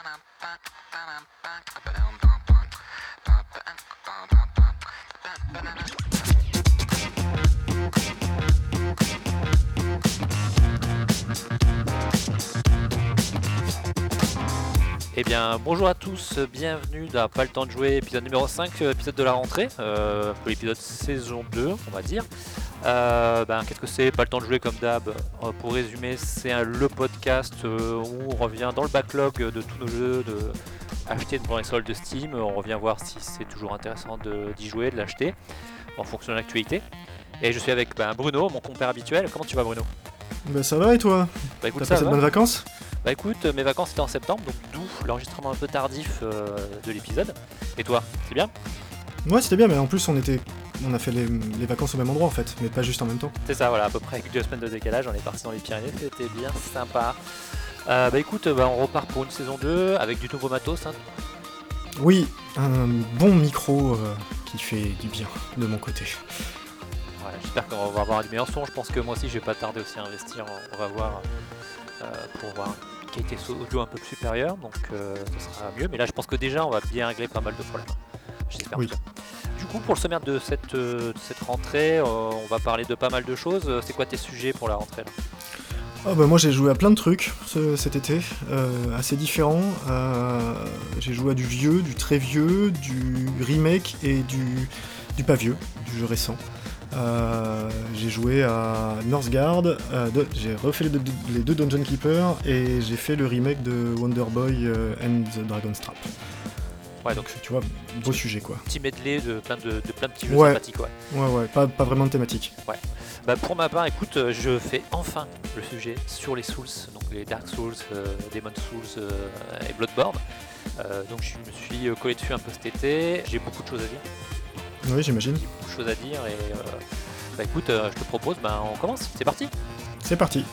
Eh bien, bonjour à tous, bienvenue dans Pas le temps de jouer, épisode numéro 5, épisode de la rentrée, un peu l'épisode saison 2, on va dire. Qu'est-ce que c'est Pas le temps de jouer comme d'hab. Pour résumer, c'est le podcast où on revient dans le backlog de tous nos jeux, acheter devant les soldes de Steam. On revient voir si c'est toujours intéressant d'y jouer, de l'acheter, en fonction de l'actualité. Et je suis avec Bruno, mon compère habituel. Comment tu vas, Bruno ? Ça va et toi ? Écoute, t'as ça passé de va. bonnes vacances ? Écoute, mes vacances étaient en septembre, donc d'où l'enregistrement un peu tardif de l'épisode. Et toi, c'est bien ? Ouais, c'était bien, mais en plus on a fait les vacances au même endroit en fait, mais pas juste en même temps. C'est ça, voilà, à peu près avec 2 semaines de décalage, on est parti dans les Pyrénées, c'était bien sympa. Écoute, on repart pour une saison 2 avec du nouveau matos. Hein. Oui, un bon micro qui fait du bien de mon côté. Ouais, j'espère qu'on va avoir du meilleur son, je pense que moi aussi je vais pas tarder aussi à investir, on va voir pour avoir une qualité audio un peu supérieure, donc ça sera mieux, mais là je pense que déjà on va bien régler pas mal de problèmes, j'espère. Oui. Du coup, pour le sommaire de cette rentrée, on va parler de pas mal de choses. C'est quoi tes sujets pour la rentrée là ? Moi j'ai joué à plein de trucs cet été, assez différents. J'ai joué à du vieux, du très vieux, du remake et du pas vieux, du jeu récent. J'ai joué à Northgard, j'ai refait les deux Dungeon Keeper et j'ai fait le remake de Wonder Boy and the Dragon's Trap. Ouais, donc tu vois, beau sujet quoi. Petit medley de plein de petits jeux sympathiques, ouais. Ouais, pas vraiment de thématique. Ouais. Pour ma part, écoute, je fais enfin le sujet sur les Souls, donc les Dark Souls, Demon Souls et Bloodborne. Donc je me suis collé dessus un peu cet été, j'ai beaucoup de choses à dire. Oui, j'imagine. J'ai beaucoup de choses à dire et écoute, je te propose, on commence, c'est parti. C'est parti.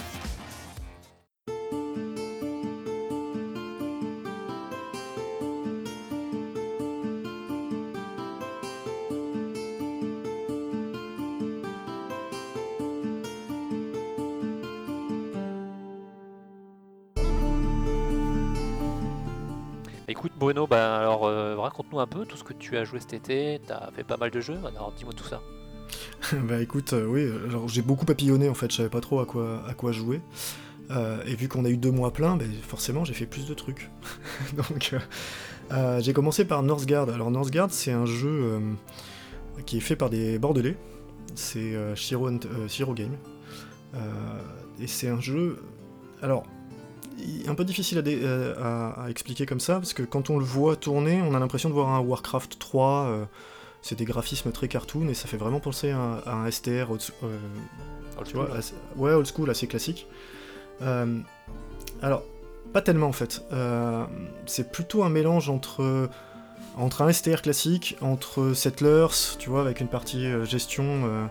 Écoute Bruno, alors raconte-nous un peu tout ce que tu as joué cet été, t'as fait pas mal de jeux, alors dis-moi tout ça. Écoute, oui, genre, j'ai beaucoup papillonné en fait, je savais pas trop à quoi jouer. Et vu qu'on a eu 2 mois pleins, forcément j'ai fait plus de trucs. Donc j'ai commencé par Northgard. Alors Northgard c'est un jeu qui est fait par des Bordelais, c'est Shiro Game. Et c'est un jeu... Alors, un peu difficile à expliquer comme ça, parce que quand on le voit tourner, on a l'impression de voir un Warcraft 3, c'est des graphismes très cartoon, et ça fait vraiment penser à un STR old school, old school, assez classique. Alors, pas tellement en fait, c'est plutôt un mélange entre un STR classique, entre Settlers, tu vois, avec une partie gestion,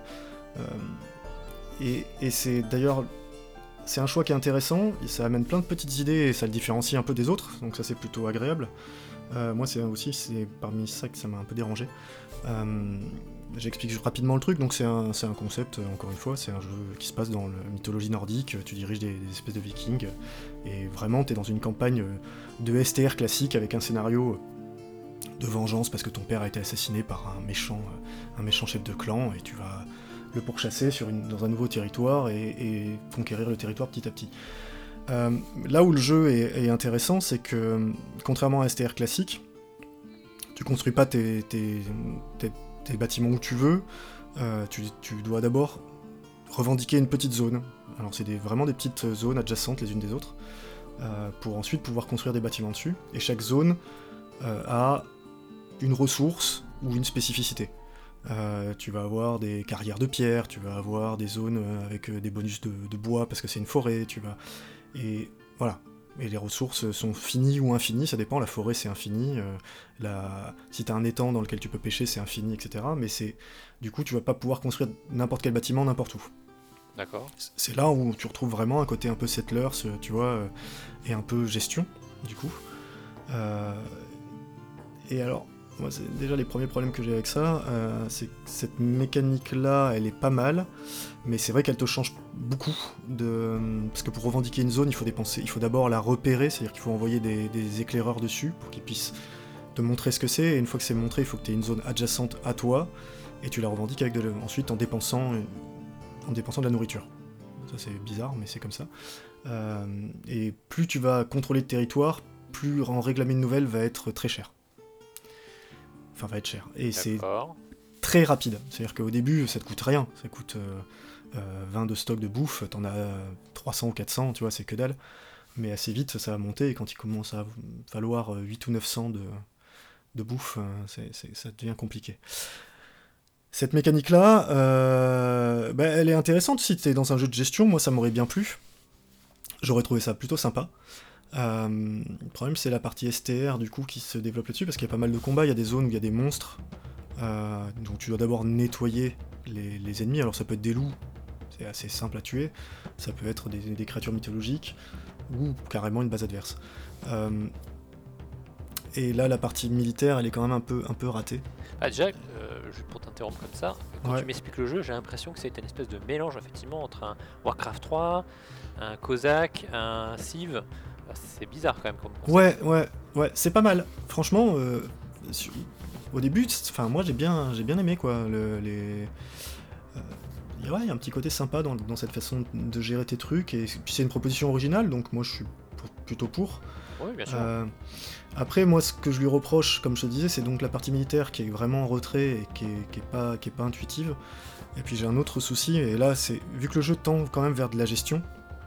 et c'est d'ailleurs... C'est un choix qui est intéressant, et ça amène plein de petites idées et ça le différencie un peu des autres, donc ça c'est plutôt agréable. Moi c'est parmi ça que ça m'a un peu dérangé. J'explique rapidement le truc, donc c'est un concept, encore une fois, c'est un jeu qui se passe dans la mythologie nordique, tu diriges des espèces de vikings, et vraiment t'es dans une campagne de STR classique avec un scénario de vengeance parce que ton père a été assassiné par un méchant chef de clan, et tu vas le pourchasser dans un nouveau territoire et conquérir le territoire petit à petit. Là où le jeu est intéressant, c'est que, contrairement à un STR classique, tu construis pas tes bâtiments où tu veux, tu dois d'abord revendiquer une petite zone. Alors c'est vraiment des petites zones adjacentes les unes des autres, pour ensuite pouvoir construire des bâtiments dessus, et chaque zone a une ressource ou une spécificité. Tu vas avoir des carrières de pierre, tu vas avoir des zones avec des bonus de bois parce que c'est une forêt, et voilà. Et les ressources sont finies ou infinies, ça dépend, la forêt c'est infini, si t'as un étang dans lequel tu peux pêcher c'est infini, etc. Mais du coup tu vas pas pouvoir construire n'importe quel bâtiment n'importe où. D'accord. C'est là où tu retrouves vraiment un côté un peu settlers, tu vois, et un peu gestion, du coup. Et alors, moi, c'est déjà les premiers problèmes que j'ai avec ça, c'est que cette mécanique-là, elle est pas mal, mais c'est vrai qu'elle te change beaucoup, parce que pour revendiquer une zone, il faut d'abord la repérer, c'est-à-dire qu'il faut envoyer des éclaireurs dessus pour qu'ils puissent te montrer ce que c'est, et une fois que c'est montré, il faut que tu aies une zone adjacente à toi, et tu la revendiques ensuite en dépensant de la nourriture. Ça c'est bizarre, mais c'est comme ça. Et plus tu vas contrôler le territoire, plus en réclamer une nouvelle va être très cher. Enfin, va être cher. Et c'est très rapide. C'est-à-dire qu'au début, ça te coûte rien. Ça coûte 20 de stock de bouffe, t'en as 300 ou 400, tu vois, c'est que dalle. Mais assez vite, ça va monter, et quand il commence à falloir 8 ou 900 de bouffe, ça devient compliqué. Cette mécanique-là, elle est intéressante si t'es dans un jeu de gestion. Moi, ça m'aurait bien plu. J'aurais trouvé ça plutôt sympa. Le problème, c'est la partie STR du coup qui se développe là-dessus, parce qu'il y a pas mal de combats. Il y a des zones où il y a des monstres, donc tu dois d'abord nettoyer les ennemis. Alors ça peut être des loups, c'est assez simple à tuer. Ça peut être des créatures mythologiques ou carrément une base adverse. Et là, la partie militaire, elle est quand même un peu ratée. Déjà, juste pour t'interrompre comme ça, quand Ouais. tu m'expliques le jeu, j'ai l'impression que c'est une espèce de mélange effectivement entre un Warcraft 3, un Kozak, un Civ. C'est bizarre quand même comme concept. Ouais, c'est pas mal. Franchement, au début, moi j'ai bien aimé quoi. Il y a un petit côté sympa dans cette façon de gérer tes trucs, et puis c'est une proposition originale, donc moi je suis plutôt pour. Oui, bien sûr. Après, moi, ce que je lui reproche, comme je te disais, c'est donc la partie militaire qui est vraiment en retrait et qui est pas intuitive. Et puis j'ai un autre souci, et là, c'est vu que le jeu tend quand même vers de la gestion,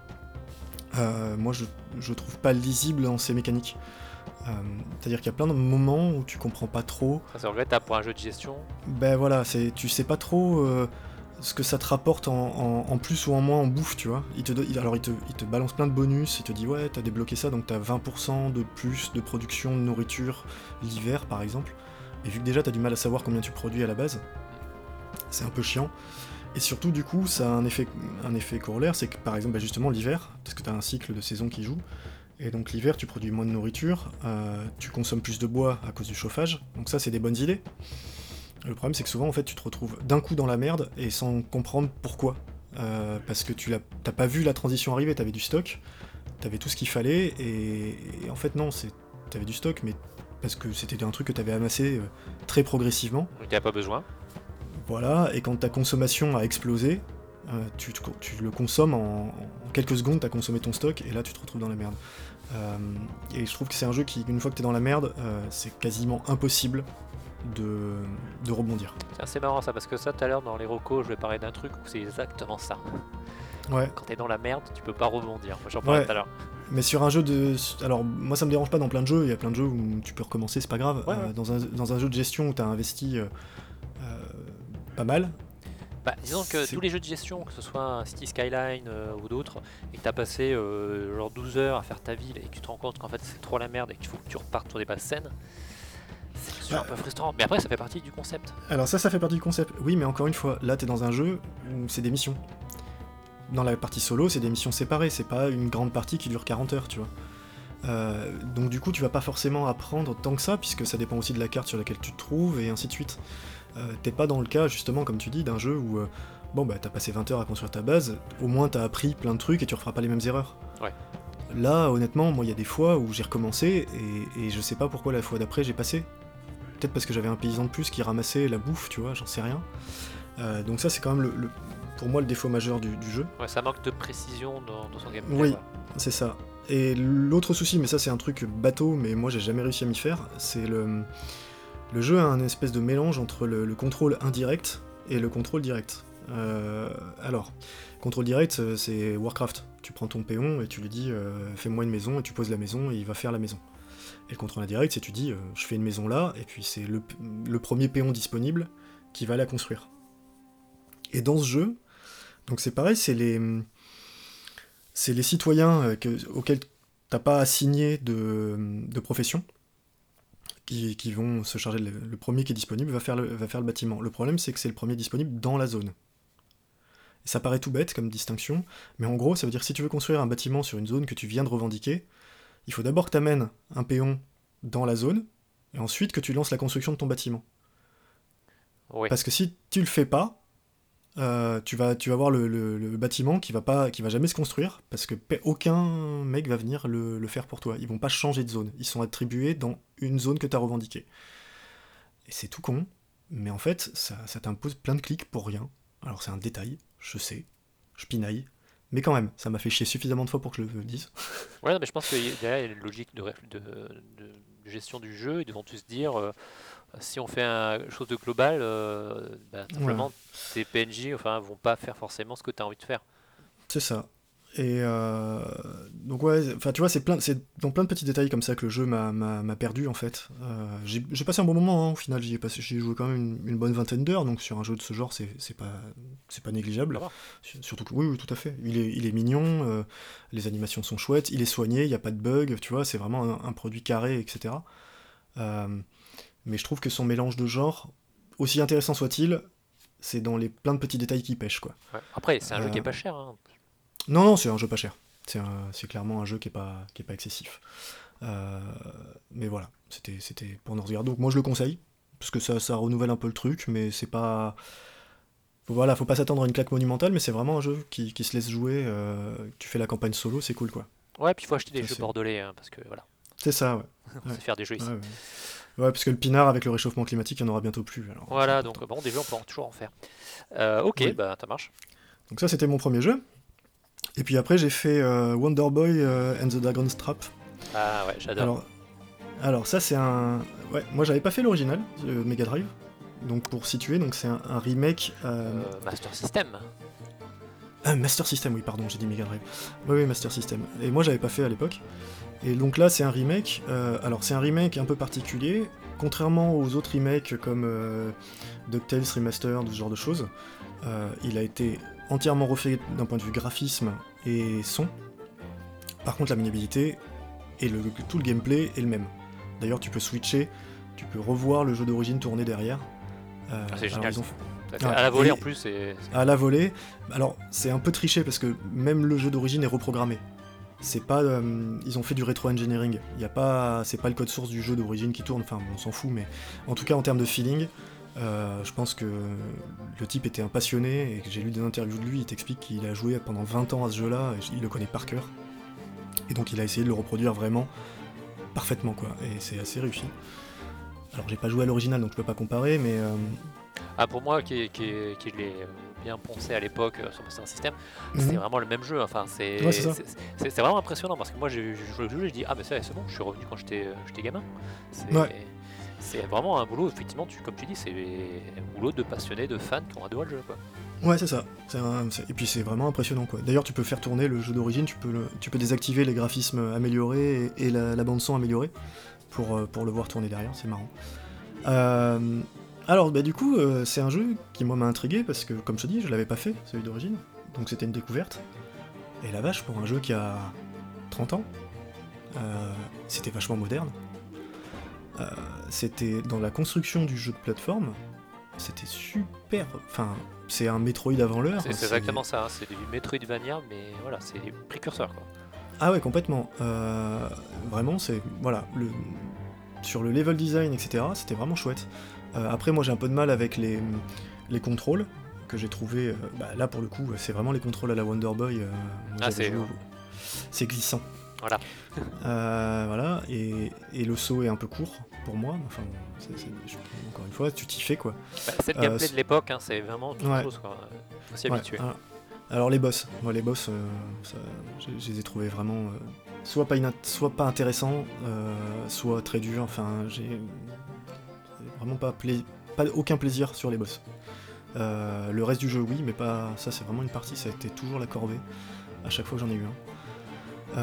moi je trouve pas lisible dans ses mécaniques. C'est-à-dire qu'il y a plein de moments où tu comprends pas trop. Ça, c'est regrettable pour un jeu de gestion. Ben voilà, tu sais pas trop ce que ça te rapporte en plus ou en moins en bouffe, tu vois. Il te balance plein de bonus, il te dit ouais, t'as débloqué ça, donc t'as 20% de plus de production de nourriture l'hiver, par exemple. Et vu que déjà t'as du mal à savoir combien tu produis à la base, c'est un peu chiant. Et surtout, du coup, ça a un effet corollaire, c'est que par exemple, justement, l'hiver, parce que t'as un cycle de saison qui joue, et donc l'hiver, tu produis moins de nourriture, tu consommes plus de bois à cause du chauffage, donc ça, c'est des bonnes idées. Le problème, c'est que souvent, en fait, tu te retrouves d'un coup dans la merde et sans comprendre pourquoi. Parce que t'as pas vu la transition arriver, t'avais du stock, t'avais tout ce qu'il fallait, et en fait, non, t'avais du stock, mais parce que c'était un truc que t'avais amassé très progressivement. Donc, t'as pas besoin. Voilà, et quand ta consommation a explosé, tu le consommes en quelques secondes, t'as consommé ton stock, et là, tu te retrouves dans la merde. Et je trouve que c'est un jeu qui, une fois que t'es dans la merde, c'est quasiment impossible de rebondir. C'est assez marrant ça, parce que ça, tout à l'heure, dans les recos, je vais parler d'un truc où c'est exactement ça. Ouais. Quand t'es dans la merde, tu peux pas rebondir. Moi, j'en parlais tout à l'heure. Mais sur un jeu de... Alors, moi, ça me dérange pas dans plein de jeux. Il y a plein de jeux où tu peux recommencer, c'est pas grave. Ouais. Dans un jeu de gestion où t'as investi pas mal... Disons que tous les jeux de gestion, que ce soit City Skyline ou d'autres, et que t'as passé genre 12 heures à faire ta ville, et que tu te rends compte qu'en fait c'est trop la merde et qu'il faut que tu repartes sur des bases saines, c'est un peu frustrant. Mais après, ça fait partie du concept. Alors ça fait partie du concept. Oui, mais encore une fois, là, t'es dans un jeu où c'est des missions. Dans la partie solo, c'est des missions séparées, c'est pas une grande partie qui dure 40 heures, tu vois. Donc du coup, tu vas pas forcément apprendre tant que ça, puisque ça dépend aussi de la carte sur laquelle tu te trouves, et ainsi de suite. T'es pas dans le cas, justement, comme tu dis, d'un jeu où t'as passé 20 heures à construire ta base, au moins t'as appris plein de trucs et tu referas pas les mêmes erreurs. Ouais. Là, honnêtement, moi, il y a des fois où j'ai recommencé, et je sais pas pourquoi la fois d'après j'ai passé. Peut-être parce que j'avais un paysan de plus qui ramassait la bouffe, tu vois, j'en sais rien. Donc ça, c'est quand même pour moi le défaut majeur du jeu. Ouais, ça manque de précision dans son gameplay. Oui, ouais. c'est ça. Et l'autre souci, mais ça c'est un truc bateau, mais moi j'ai jamais réussi à m'y faire, c'est le jeu a un espèce de mélange entre le contrôle indirect et le contrôle direct. Alors, contrôle direct, c'est Warcraft. Tu prends ton péon et tu lui dis fais-moi une maison, et tu poses la maison et il va faire la maison. Et le contrôle indirect, c'est tu dis je fais une maison là, et puis c'est le premier péon disponible qui va la construire. Et dans ce jeu, donc c'est pareil, c'est les citoyens auxquels t'as pas assigné de profession qui vont se charger. Le premier qui est disponible va faire le bâtiment. Le problème, c'est que c'est le premier disponible dans la zone. Et ça paraît tout bête comme distinction, mais en gros, ça veut dire que si tu veux construire un bâtiment sur une zone que tu viens de revendiquer, il faut d'abord que tu amènes un péon dans la zone, et ensuite que tu lances la construction de ton bâtiment. Oui. Parce que si tu le fais pas, tu vas voir le bâtiment qui va jamais se construire, parce que aucun mec va venir le faire pour toi. Ils vont pas changer de zone. Ils sont attribués dans une zone que tu as revendiquée. Et c'est tout con, mais en fait, ça t'impose plein de clics pour rien. Alors c'est un détail, je sais, je pinaille, mais quand même, ça m'a fait chier suffisamment de fois pour que je le dise. Ouais, non, mais je pense qu'il y a derrière, il y a une logique de gestion du jeu. Ils devront tous se dire, si on fait quelque chose de global, Ouais, simplement tes PNJ enfin, vont pas faire forcément ce que tu as envie de faire. c'est ça. Et donc ouais, enfin tu vois, c'est dans plein de petits détails comme ça que le jeu m'a perdu en fait. J'ai passé un bon moment, hein, au final, j'y ai joué quand même une bonne vingtaine d'heures, donc sur un jeu de ce genre, c'est pas Ça négligeable. va. Surtout que, oui, oui, tout à fait. Il est mignon, les animations sont chouettes, il est soigné, il n'y a pas de bug, tu vois, c'est vraiment un produit carré, etc. Euh, mais je trouve que son mélange de genres, aussi intéressant soit-il, c'est dans les plein de petits détails qui pêchent, quoi. Ouais. Après, c'est un jeu qui Euh, est pas cher, hein. non, non, c'est un jeu pas cher. C'est clairement un jeu qui est pas excessif. Euh, mais voilà, c'était pour nous regarder. Donc moi je le conseille, parce que ça renouvelle un peu le truc, mais c'est pas... Voilà, faut pas s'attendre à une claque monumentale, mais c'est vraiment un jeu qui se laisse jouer. Tu fais la campagne solo, c'est cool, quoi. Ouais, puis il faut acheter des Ça, jeux c'est bordelais, hein, parce que voilà, c'est ça, ouais. on Ouais, sait faire des jeux ouais, ici. ouais. Ouais, parce que le pinard, avec le réchauffement climatique, il n'y en aura bientôt plus, alors c'est Voilà, donc important. bon, des jeux, on peut toujours en faire. Ok, Oui. bah ça marche. Donc ça, c'était mon premier jeu. Et puis après, j'ai fait Wonder Boy and the Dragon's Trap. Ah ouais, j'adore. Alors, alors ça, c'est un... Ouais, moi, j'avais pas fait l'original, Mega Drive. Donc pour situer, donc c'est un remake... Master System. Master System, oui, pardon, j'ai dit Mega Drive. Oui, oui, Master System. Et moi, j'avais pas fait à l'époque. Et donc là, c'est un remake. Alors, c'est un remake un peu particulier. Contrairement aux autres remakes comme DuckTales Remastered ou ce genre de choses, il a été entièrement refait d'un point de vue graphisme et son. Par contre, la maniabilité et tout le gameplay est le même. D'ailleurs, tu peux switcher, tu peux revoir le jeu d'origine tourner derrière. Ah, c'est Alors, génial ils ont ça. fait... Ça fait Ouais, à la volée et en plus, c'est à la volée, alors c'est un peu triché parce que même le jeu d'origine est reprogrammé. C'est pas, ils ont fait du rétro-engineering. C'est pas le code source du jeu d'origine qui tourne. Enfin, bon, on s'en fout, mais en tout cas en termes de feeling, je pense que le type était un passionné et que j'ai lu des interviews de lui. Il t'explique qu'il a joué pendant 20 ans à ce jeu-là et il le connaît par cœur. Et donc il a essayé de le reproduire vraiment parfaitement, quoi. Et c'est assez réussi. Alors j'ai pas joué à l'original donc je peux pas comparer, mais Ah, pour moi, qui l'ai bien poncé à l'époque sur Master System, c'est mhm. vraiment le même jeu. Enfin, Ouais, c'est ça. c'est vraiment impressionnant parce que moi, j'ai joué le jeu et je dis, ah, mais ça, c'est bon, je suis revenu quand j'étais gamin. Ouais. C'est vraiment un boulot, effectivement, comme tu dis, c'est un boulot de passionnés, de fans qui ont adoré le jeu, quoi. Ouais, c'est ça. Et puis c'est vraiment impressionnant, quoi. D'ailleurs, tu peux faire tourner le jeu d'origine, tu peux désactiver les graphismes améliorés et la bande son améliorée pour le voir tourner derrière, c'est marrant. Euh, alors, bah, du coup, c'est un jeu qui, moi, m'a intrigué parce que, comme je te dis, je l'avais pas fait, celui d'origine, donc c'était une découverte. Et la vache, pour un jeu qui a 30 ans, c'était vachement moderne. Euh, C'était dans la construction du jeu de plateforme, c'était super. Enfin, c'est un Metroid avant l'heure. C'est exactement ça, hein, c'est du Metroidvania, mais voilà, c'est des précurseurs, quoi. Ah ouais, complètement. Vraiment, c'est... Voilà, sur le level design, etc., c'était vraiment chouette. Après, moi, j'ai un peu de mal avec les contrôles, que j'ai trouvé... Bah, là, pour le coup, c'est vraiment les contrôles à la Wonder Boy. Ah, J'avais joué c'est glissant. voilà. Voilà, et le saut est un peu court, pour moi. Enfin, encore une fois, tu t'y fais, quoi. Bah, c'est le Euh, gameplay de l'époque, hein, c'est vraiment autre ouais, chose, quoi. Faut s'y ouais. habituer. Alors les boss, moi les boss, je les ai trouvés vraiment soit pas intéressants, soit très durs. Enfin, j'ai vraiment pas aucun plaisir sur les boss. Le reste du jeu, oui, mais pas ça. C'est vraiment une partie, ça a été toujours la corvée à chaque fois que j'en ai eu un.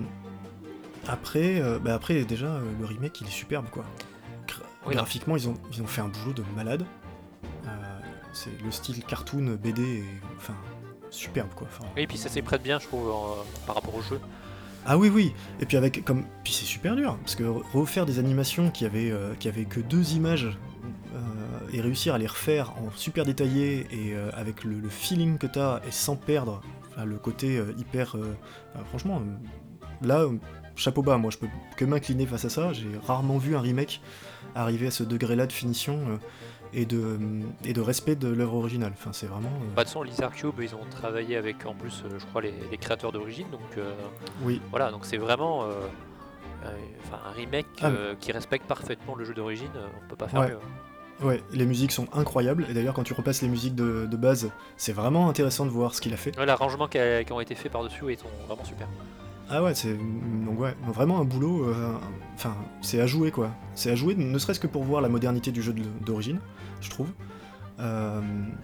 Après déjà le remake il est superbe, quoi. Oui, non. Graphiquement ils ont fait un boulot de malade. C'est le style cartoon BD et, enfin, superbe, quoi. Enfin, Oui, et puis ça s'y prête bien, je trouve, par rapport au jeu. ah oui, oui. Et puis puis c'est super dur parce que refaire des animations qui avaient que 2 images et réussir à les refaire en super détaillé et avec le feeling que t'as et sans perdre, enfin, le côté hyper. Enfin, franchement, là, chapeau bas, moi je peux que m'incliner face à ça, j'ai rarement vu un remake arriver à ce degré-là de finition et de respect de l'œuvre originale. Enfin, c'est vraiment... Bah, de toute façon, Lizard Cube, ils ont travaillé avec, en plus, je crois, les créateurs d'origine, donc Oui. voilà, donc c'est vraiment un remake Ah, qui respecte parfaitement le jeu d'origine, on peut pas faire Ouais. mieux. Ouais, les musiques sont incroyables, et d'ailleurs quand tu repasses les musiques de base, c'est vraiment intéressant de voir ce qu'il a fait. Ouais, l'arrangement qui ont été faits par-dessus, ils sont vraiment super. Ah ouais, c'est donc ouais, vraiment un boulot. Enfin, c'est à jouer quoi. C'est à jouer, ne serait-ce que pour voir la modernité du jeu d'origine, je trouve. Euh,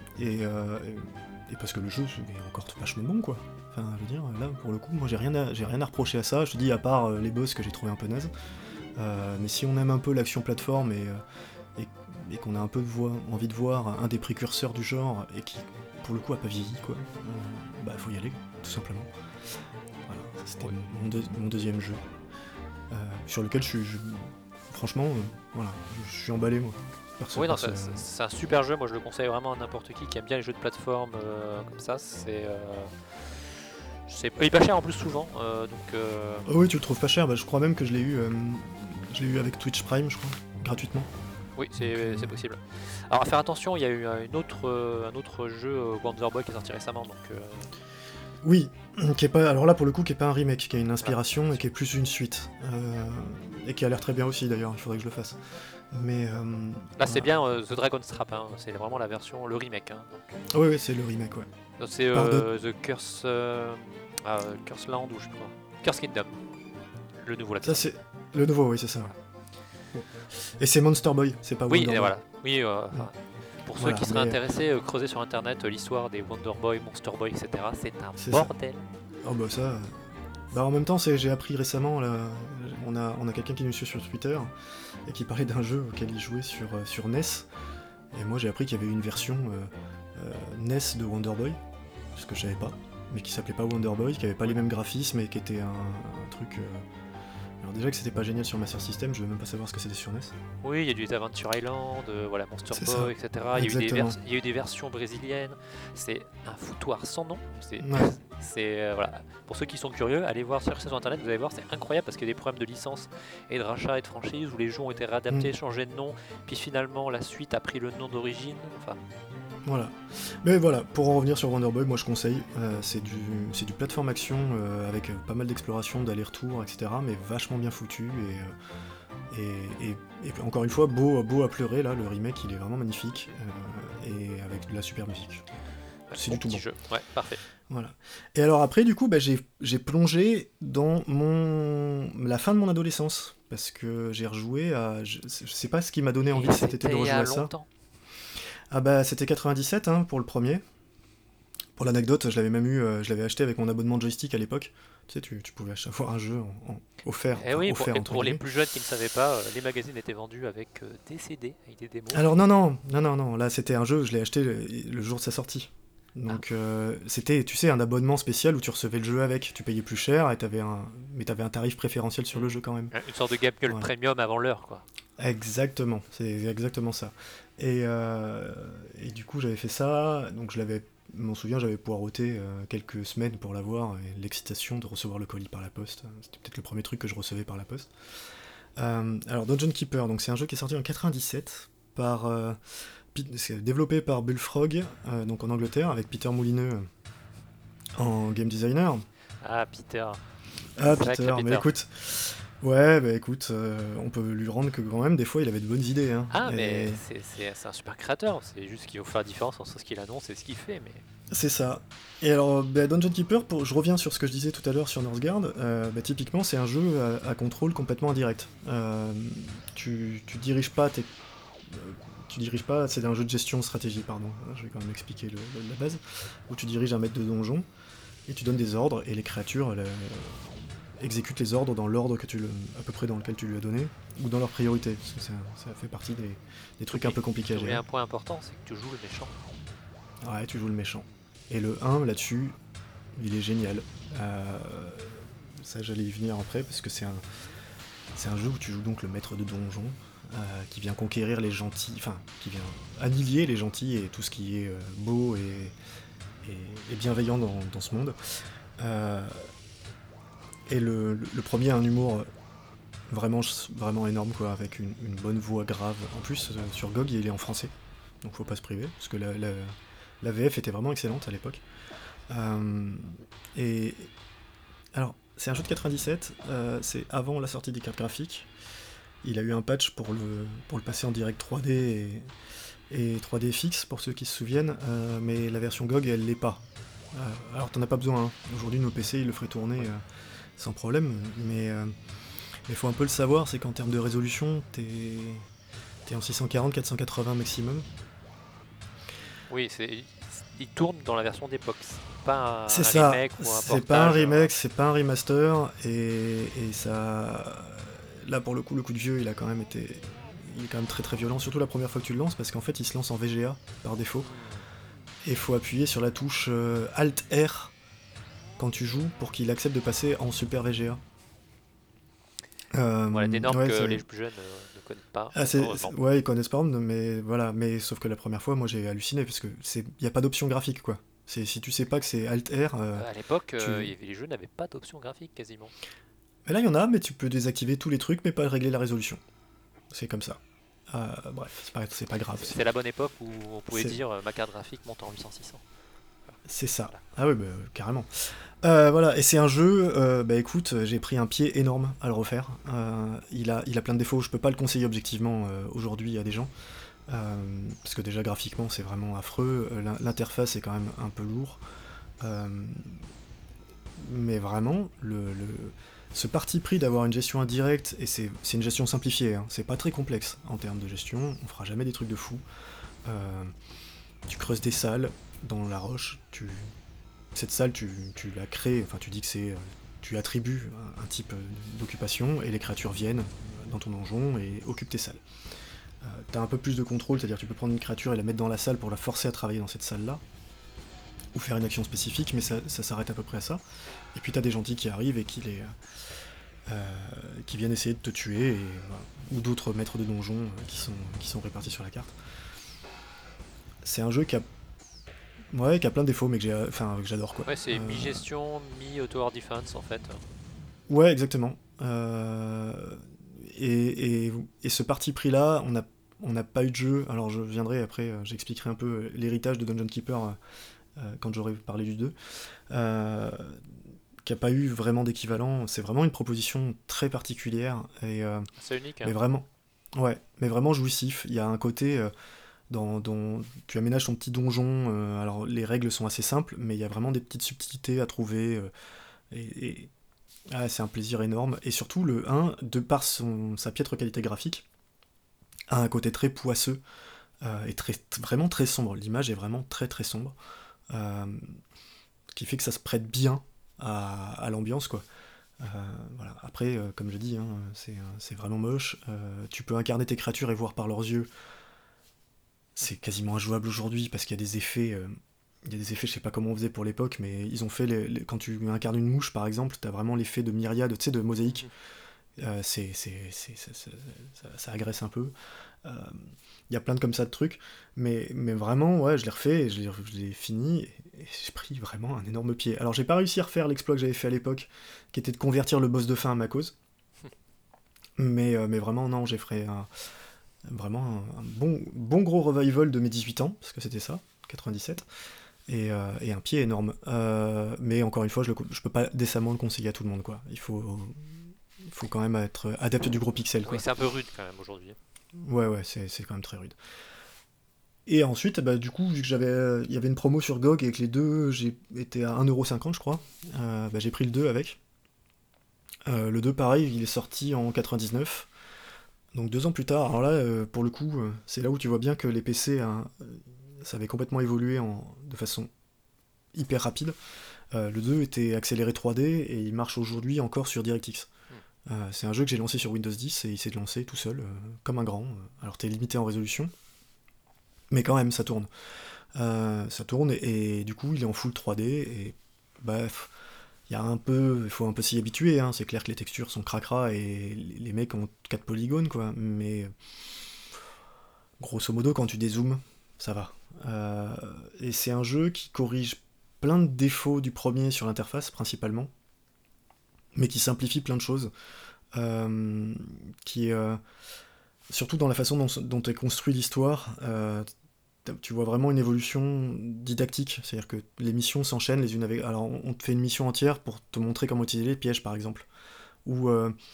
et parce que le jeu est encore vachement bon quoi. Enfin, je veux dire, là pour le coup, moi j'ai rien à reprocher à ça. Je te dis à part les boss que j'ai trouvé un peu nazes. Mais si on aime un peu l'action plateforme et qu'on a un peu envie de voir un des précurseurs du genre et qui pour le coup a pas vieilli quoi, bah faut y aller tout simplement. Voilà, ça, c'était mon deuxième jeu sur lequel franchement voilà, je suis emballé moi. Oui, non, c'est un super jeu, moi je le conseille vraiment à n'importe qui aime bien les jeux de plateforme comme ça, il est pas cher en plus souvent, donc... Oh oui, tu le trouves pas cher, bah, je crois même que je l'ai eu avec Twitch Prime, je crois, gratuitement. Oui, c'est possible. Alors à faire attention, il y a eu un autre jeu Wonder Boy qui est sorti récemment, donc... Oui, qui est pas, alors là pour le coup qui est pas un remake, qui a une inspiration et qui est plus une suite, et qui a l'air très bien aussi d'ailleurs, il faudrait que je le fasse. Mais là c'est bien The Dragon's Trap, hein, c'est vraiment la version, le remake. Hein, donc... Oui, c'est le remake, ouais. Donc, c'est The Curse Curse Land ou je sais pas quoi. Curse Kingdom, le nouveau là. Ça c'est le nouveau, oui c'est ça. Et c'est Monster Boy, c'est pas Wonder Boy. Voilà. Oui, pour ceux qui seraient mais... intéressés, creusez sur internet l'histoire des Wonder Boy, Monster Boy, etc. C'est un bordel. Oh bah ça... Bah en même temps, j'ai appris récemment, là, on a quelqu'un qui nous suit sur Twitter, et qui parlait d'un jeu auquel il jouait sur NES, et moi j'ai appris qu'il y avait une version NES de Wonder Boy, ce que je savais pas, mais qui s'appelait pas Wonder Boy, qui avait pas les mêmes graphismes, et qui était un truc... Alors déjà que c'était pas génial sur Master System, je veux même pas savoir ce que c'était sur NES. Oui, il y a du Adventure Island, voilà, Monster C'est Boy, ça. etc. Il y a eu des versions brésiliennes. C'est un foutoir sans nom. Voilà. Pour ceux qui sont curieux, allez voir sur internet, vous allez voir, c'est incroyable parce qu'il y a des problèmes de licence et de rachat et de franchise où les jeux ont été réadaptés, changés de nom, puis finalement la suite a pris le nom d'origine. Enfin. Voilà. Mais voilà, pour en revenir sur Wonder Boy, moi je conseille, c'est du plateforme action avec pas mal d'exploration, d'aller-retour, etc. Mais vachement bien foutu et encore une fois, beau à pleurer, là, le remake il est vraiment magnifique et avec de la super musique. C'est du tout bon. Jeu. Ouais, parfait. Voilà. Et alors après, du coup, bah, j'ai plongé dans la fin de mon adolescence, parce que j'ai rejoué à... Je sais pas ce qui m'a donné envie cet été de rejouer à ça. Ah bah c'était 97 hein, pour le premier. Pour l'anecdote, je l'avais acheté avec mon abonnement de joystick à l'époque. Tu sais, tu pouvais avoir un jeu offert. Et oui, offert, pour les plus jeunes qui ne savaient pas, les magazines étaient vendus avec des CD, avec des démos. Alors non, là c'était un jeu, je l'ai acheté le jour de sa sortie. Donc c'était, tu sais, un abonnement spécial où tu recevais le jeu avec, tu payais plus cher, mais t'avais un tarif préférentiel sur le jeu quand même. Une sorte de Gamecube Premium avant l'heure, quoi. Exactement, c'est exactement ça. Et du coup j'avais fait ça, donc je m'en souviens, j'avais poireauté quelques semaines pour l'avoir, et l'excitation de recevoir le colis par la poste, c'était peut-être le premier truc que je recevais par la poste. Alors Dungeon Keeper, donc c'est un jeu qui est sorti en 97 c'est développé par Bullfrog, donc en Angleterre, avec Peter Moulineux en game designer. Ah Peter. Mais écoute, ouais, bah écoute, on peut lui rendre que quand même, des fois, il avait de bonnes idées. Hein. Ah, mais c'est un super créateur, c'est juste qu'il faut faire la différence entre ce qu'il annonce et ce qu'il fait. Mais... C'est ça. Et alors, Dungeon Keeper, je reviens sur ce que je disais tout à l'heure sur Northgard, typiquement, c'est un jeu à contrôle complètement indirect. Tu diriges pas c'est un jeu de gestion stratégie, pardon, je vais quand même expliquer la base, où tu diriges un maître de donjon, et tu donnes des ordres, et les créatures exécutent les ordres dans l'ordre à peu près dans lequel tu lui as donné, ou dans leur priorité, parce que ça fait partie des trucs un peu compliqués à gérer. Mais un point important, c'est que tu joues le méchant. Ouais, tu joues le méchant. Et le 1, là-dessus, il est génial. Ça, j'allais y venir après, parce que c'est un jeu où tu joues donc le maître de donjon, qui vient conquérir les gentils, enfin, qui vient annihiler les gentils et tout ce qui est beau et bienveillant dans ce monde. Et le premier a un humour vraiment, vraiment énorme, quoi, avec une bonne voix grave. En plus, sur GOG, il est en français, donc faut pas se priver, parce que la VF était vraiment excellente à l'époque. Euh, et alors, c'est un jeu de 97, c'est avant la sortie des cartes graphiques. Il a eu un patch pour le passer en direct 3D et 3D fixe, pour ceux qui se souviennent, mais la version GOG, elle l'est pas. Alors, t'en as pas besoin, hein. Aujourd'hui, nos PC, ils le feraient tourner sans problème, mais il faut un peu le savoir, c'est qu'en termes de résolution, t'es en 640, 480 maximum. Oui, il tourne dans la version d'époque. C'est pas C'est un ça, remake ou un c'est pas un portage. remake, c'est pas un remaster, et ça... Là, pour le coup de vieux, il a quand même été... Il est quand même très très violent, surtout la première fois que tu le lances, parce qu'en fait, il se lance en VGA, par défaut, et il faut appuyer sur la touche Alt-R quand tu joues, pour qu'il accepte de passer en Super VGA. Voilà, des normes Ouais, que les plus jeunes ne connaissent pas, ah, heureusement. ouais, ils connaissent pas, mais voilà, mais sauf que la première fois, moi j'ai halluciné parce que y a pas d'option graphique, quoi. Si tu sais pas que c'est Alt R, À l'époque, tu. les jeux n'avaient pas d'option graphique quasiment. Mais là il y en a, mais tu peux désactiver tous les trucs, mais pas régler la résolution. C'est comme ça. Bref, c'est pas grave. C'est la bonne époque où on pouvait C'est dire ma carte graphique monte en 800-600. c'est ça. Voilà. Ah oui, bah, carrément. Voilà, et c'est un jeu, bah écoute, j'ai pris un pied énorme à le refaire. Il a plein de défauts, je peux pas le conseiller objectivement aujourd'hui à des gens. Parce que déjà graphiquement c'est vraiment affreux, l'interface est quand même un peu lourd. Euh, mais vraiment, ce parti pris d'avoir une gestion indirecte, et c'est une gestion simplifiée, hein, c'est pas très complexe en termes de gestion, on fera jamais des trucs de fou. Euh, Tu creuses des salles dans la roche, cette salle tu la crées, enfin tu dis que c'est... tu attribues un type d'occupation, et les créatures viennent dans ton donjon et occupent tes salles. T'as un peu plus de contrôle, c'est-à-dire que tu peux prendre une créature et la mettre dans la salle pour la forcer à travailler dans cette salle-là, ou faire une action spécifique, mais ça s'arrête à peu près à ça. Et puis t'as des gentils qui arrivent et qui viennent essayer de te tuer, voilà. Ou d'autres maîtres de donjon qui sont répartis sur la carte. C'est un jeu qui a plein de défauts, mais que j'adore, quoi. Ouais, c'est mi-gestion, mi-tower defense en fait. Ouais, exactement. Et ce parti pris-là, on n'a pas eu de jeu. Alors je viendrai après, j'expliquerai un peu l'héritage de Dungeon Keeper quand j'aurai parlé du 2. Qui a pas eu vraiment d'équivalent. C'est vraiment une proposition très particulière. C'est unique. Mais Hein. vraiment, ouais, mais vraiment jouissif. Il y a un côté dont tu aménages ton petit donjon. Alors les règles sont assez simples, mais il y a vraiment des petites subtilités à trouver. Et c'est un plaisir énorme. Et surtout, le 1, de par sa piètre qualité graphique, a un côté très poisseux et vraiment très sombre. L'image est vraiment très très sombre. Euh, Ce qui fait que ça se prête bien à l'ambiance, quoi. Euh, voilà. Après, comme je dis, hein, c'est vraiment moche. Tu peux incarner tes créatures et voir par leurs yeux. C'est quasiment injouable aujourd'hui parce qu'il y a des effets. Il y a des effets, je sais pas comment on faisait pour l'époque, mais ils ont fait quand tu incarnes une mouche par exemple, t'as vraiment l'effet de myriade, tu sais, de mosaïque. Ça agresse un peu. Euh, Il y a plein de comme ça de trucs, mais vraiment, ouais, je l'ai refait, et je l'ai fini, et j'ai pris vraiment un énorme pied. Alors j'ai pas réussi à refaire l'exploit que j'avais fait à l'époque, qui était de convertir le boss de fin à ma cause, mais vraiment, non, j'ai fait vraiment un bon gros revival de mes 18 ans, parce que c'était ça, 97, et un pied énorme. Mais encore une fois, je peux pas décemment le conseiller à tout le monde, quoi. Il faut quand même être adepte du gros pixel, Oui, quoi. c'est un peu rude quand même aujourd'hui. Ouais, c'est quand même très rude. Et ensuite, bah, du coup, vu que il y avait une promo sur GOG et que les deux, j'ai été à 1,50€ je crois, bah, j'ai pris le 2 avec. Le 2 pareil, il est sorti en 99, donc 2 ans plus tard. Alors là, pour le coup, c'est là où tu vois bien que les PC, hein, ça avait complètement évolué de façon hyper rapide. Le 2 était accéléré 3D et il marche aujourd'hui encore sur DirectX. C'est un jeu que j'ai lancé sur Windows 10 et il s'est lancé tout seul, comme un grand. Alors t'es limité en résolution, mais quand même ça tourne. Ça tourne et du coup il est en full 3D et bref, il faut un peu s'y habituer, hein. C'est clair que les textures sont cracra et les mecs ont 4 polygones, quoi, mais grosso modo quand tu dézoomes, ça va. Et c'est un jeu qui corrige plein de défauts du premier sur l'interface principalement. mais qui simplifie plein de choses, qui surtout dans la façon dont est construit l'histoire, tu vois vraiment une évolution didactique, c'est-à-dire que les missions s'enchaînent les unes avec... Alors on te fait une mission entière pour te montrer comment utiliser les pièges par exemple, ou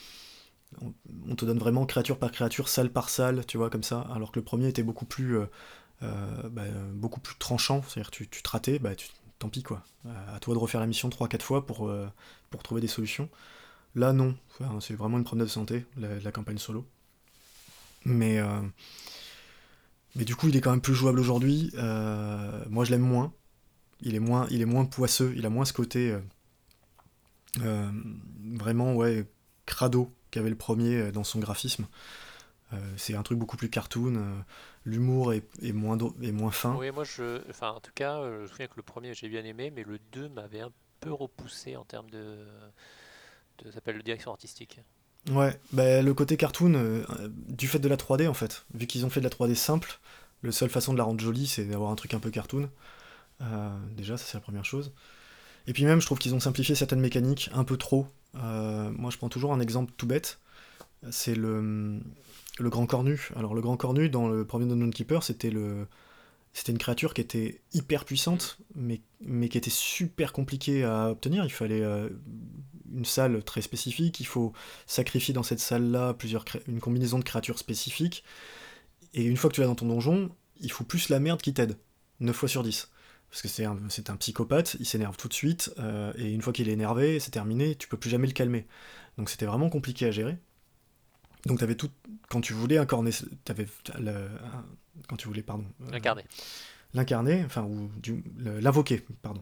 on te donne vraiment créature par créature, salle par salle, tu vois, comme ça, alors que le premier était beaucoup plus tranchant, c'est-à-dire tu te ratais, tant pis quoi, à toi de refaire la mission 3-4 fois pour trouver des solutions. Là non, enfin, c'est vraiment une promenade de santé, la campagne solo. Mais, euh, mais du coup il est quand même plus jouable aujourd'hui, moi je l'aime moins, il est moins poisseux, il a moins ce côté euh, vraiment ouais, crado qu'avait le premier dans son graphisme. C'est un truc beaucoup plus cartoon, l'humour est moins fin. Oui, enfin, en tout cas, je me souviens que le premier j'ai bien aimé, mais le 2 m'avait un peu repoussé en termes ça s'appelle de direction artistique. Ouais, le côté cartoon, du fait de la 3D en fait, vu qu'ils ont fait de la 3D simple, la seule façon de la rendre jolie c'est d'avoir un truc un peu cartoon. Déjà, ça c'est la première chose. Et puis même, je trouve qu'ils ont simplifié certaines mécaniques un peu trop. Moi, je prends toujours un exemple tout bête, c'est le grand cornu. Alors le grand cornu dans le premier Dungeon Keeper, c'était une créature qui était hyper puissante, mais qui était super compliquée à obtenir. Il fallait une salle très spécifique, il faut sacrifier dans cette salle-là une combinaison de créatures spécifiques, et une fois que tu l'as dans ton donjon, il faut plus la merde qui t'aide, 9 fois sur 10. Parce que c'est un psychopathe, il s'énerve tout de suite, et une fois qu'il est énervé, c'est terminé, tu peux plus jamais le calmer. Donc c'était vraiment compliqué à gérer. Donc t'avais tout... Quand tu voulais incarner... Quand tu voulais, pardon... Incarné. L'incarner, enfin, l'invoquer, pardon.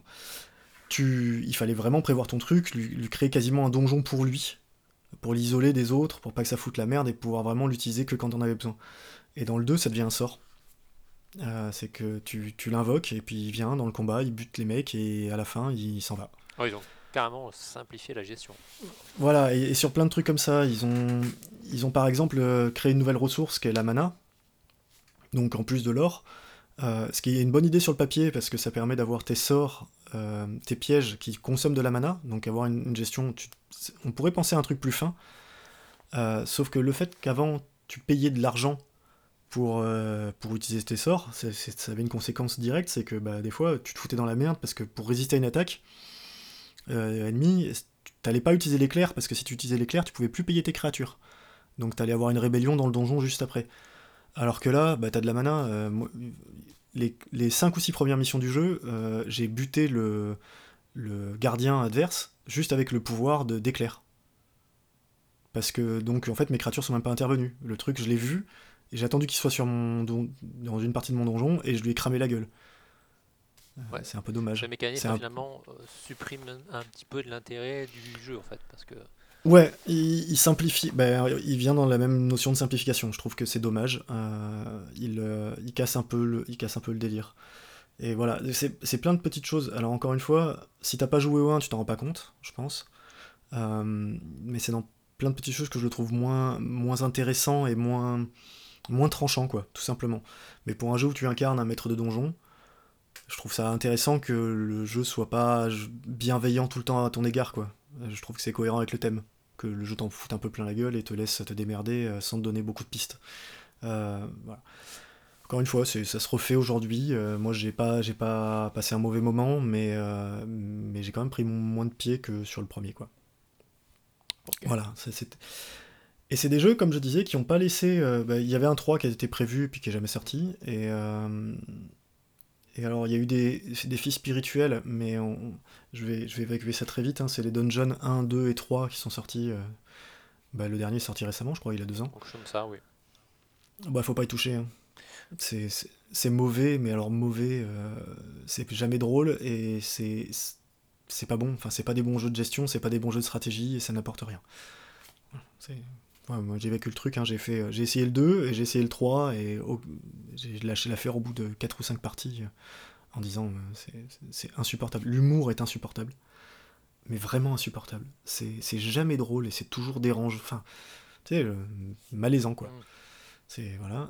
Il fallait vraiment prévoir ton truc, lui créer quasiment un donjon pour l'isoler des autres, pour pas que ça foute la merde et pouvoir vraiment l'utiliser que quand on avait besoin. Et dans le 2, ça devient un sort. C'est que tu l'invoques et puis il vient dans le combat, il bute les mecs et à la fin, il s'en va. Oui, ils ont carrément simplifié la gestion. Voilà, et sur plein de trucs comme ça, ils ont par exemple créé une nouvelle ressource qui est la mana, donc en plus de l'or, ce qui est une bonne idée sur le papier parce que ça permet d'avoir tes sorts, tes pièges qui consomment de la mana, donc avoir une gestion. On pourrait penser à un truc plus fin, sauf que le fait qu'avant tu payais de l'argent pour utiliser tes sorts, ça avait une conséquence directe, c'est que des fois tu te foutais dans la merde parce que pour résister à une attaque ennemie, t'allais pas utiliser l'éclair parce que si tu utilisais l'éclair, tu pouvais plus payer tes créatures. Donc t'allais avoir une rébellion dans le donjon juste après. Alors que là, t'as de la mana. Les 5 ou 6 premières missions du jeu, j'ai buté le gardien adverse juste avec le pouvoir d'éclair. Parce que, donc, en fait, mes créatures sont même pas intervenues. Le truc, je l'ai vu, et j'ai attendu qu'il soit dans une partie de mon donjon, et je lui ai cramé la gueule. Ouais. C'est un peu dommage. Le mécanisme finalement supprime un petit peu de l'intérêt du jeu en fait, parce que... Ouais, il simplifie. Il vient dans la même notion de simplification. Je trouve que c'est dommage. Il casse un peu le délire. Et voilà, c'est plein de petites choses. Alors encore une fois, si t'as pas joué au 1, tu t'en rends pas compte, je pense. Mais c'est dans plein de petites choses que je le trouve moins intéressant et moins tranchant, quoi, tout simplement. Mais pour un jeu où tu incarnes un maître de donjon, je trouve ça intéressant que le jeu soit pas bienveillant tout le temps à ton égard, quoi. Je trouve que c'est cohérent avec le thème. Que le jeu t'en foute un peu plein la gueule et te laisse te démerder sans te donner beaucoup de pistes. Voilà. Encore une fois, ça se refait aujourd'hui. Moi, j'ai pas passé un mauvais moment, mais j'ai quand même pris moins de pieds que sur le premier, quoi. Okay. Voilà. Et c'est des jeux, comme je disais, qui n'ont pas laissé... Il y avait un 3 qui a été prévu puis qui est jamais sorti. Et alors, il y a eu des filles spirituelles, mais je vais évacuer ça très vite. Hein. C'est les Dungeons 1, 2 et 3 qui sont sortis. Le dernier est sorti récemment, je crois, il a 2 ans. Donc, comme ça, oui. Faut pas y toucher. Hein. C'est mauvais, mais alors mauvais, c'est jamais drôle et c'est pas bon. Enfin, c'est pas des bons jeux de gestion, c'est pas des bons jeux de stratégie et ça n'apporte rien. Moi j'évacue le truc, hein. J'ai essayé le 2 et j'ai essayé le 3 et j'ai lâché l'affaire au bout de 4 ou 5 parties en disant c'est insupportable. L'humour est insupportable, mais vraiment insupportable. C'est jamais drôle et c'est toujours dérangeant. Enfin, tu sais, malaisant quoi. C'est voilà.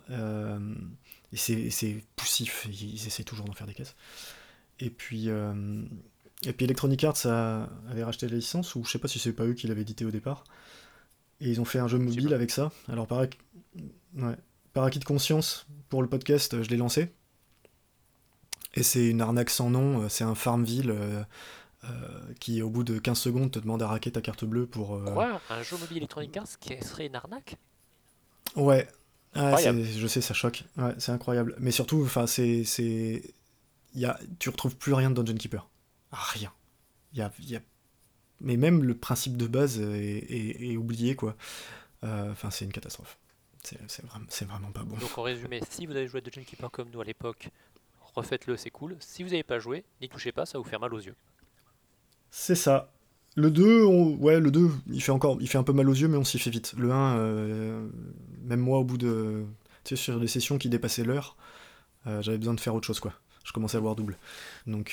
Et c'est poussif, ils essaient toujours d'en faire des caisses. Et puis Et puis Electronic Arts avait racheté la licence, ou je sais pas si c'est pas eux qui l'avaient édité au départ. Et ils ont fait un jeu mobile Possible. avec ça. Alors ouais, par acquis de conscience, pour le podcast, je l'ai lancé. Et c'est une arnaque sans nom, c'est un Farmville qui, au bout de 15 secondes, te demande à raquer ta carte bleue pour... Quoi? Un jeu mobile Electronic Arts qui serait une arnaque? Ouais, ah, Incroyable. je sais, ça choque. Ouais, c'est incroyable. Mais surtout, enfin, tu retrouves plus rien de Dungeon Keeper. Ah, rien. Il y a... Mais même le principe de base est oublié, quoi. Enfin, c'est une catastrophe. C'est vraiment pas bon. Donc en résumé, si vous avez joué à Dungeon Keeper comme nous à l'époque, refaites-le, c'est cool. Si vous n'avez pas joué, n'y touchez pas, ça va vous faire mal aux yeux. C'est ça. Le 2, ouais, le 2, il fait un peu mal aux yeux, mais on s'y fait vite. Le 1, même moi, au bout de... Tu sais, sur des sessions qui dépassaient l'heure, j'avais besoin de faire autre chose, quoi. Je commençais à voir double. Donc,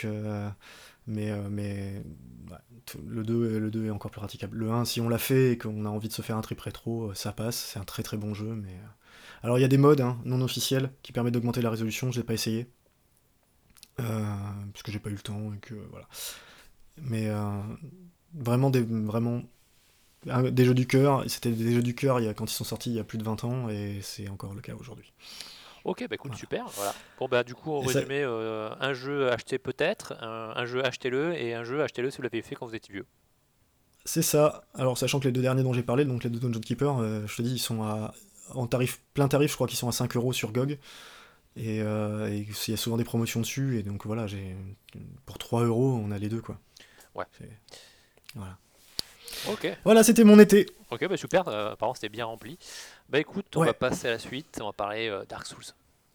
mais ouais, le 2 est encore plus praticable. Le 1, si on l'a fait et qu'on a envie de se faire un trip rétro, ça passe. C'est un très très bon jeu, mais... Alors, il y a des modes non officiels qui permettent d'augmenter la résolution, je l'ai pas essayé. Parce que j'ai pas eu le temps et que... Voilà. Mais vraiment des jeux du cœur. C'était des jeux du cœur quand ils sont sortis il y a plus de 20 ans et c'est encore le cas aujourd'hui. Ok, bah écoute, Voilà. super. Voilà. Bon, bah du coup, en Et ça, résumé, un jeu acheté peut-être, un jeu achetez-le, et un jeu achetez-le si vous l'avez fait quand vous étiez vieux. c'est ça. Alors sachant que les deux derniers dont j'ai parlé, donc les deux Dungeon Keeper, je te dis, ils sont en plein tarif, je crois qu'ils sont à 5 euros sur GOG. Et il y a souvent des promotions dessus. Et donc voilà, pour 3 euros, on a les deux, quoi. Ouais. Voilà. Ok. Voilà, c'était mon été. Ok, bah super. Apparemment, c'était bien rempli. Bah écoute, on va Ouais. passer à la suite. On va parler Dark Souls.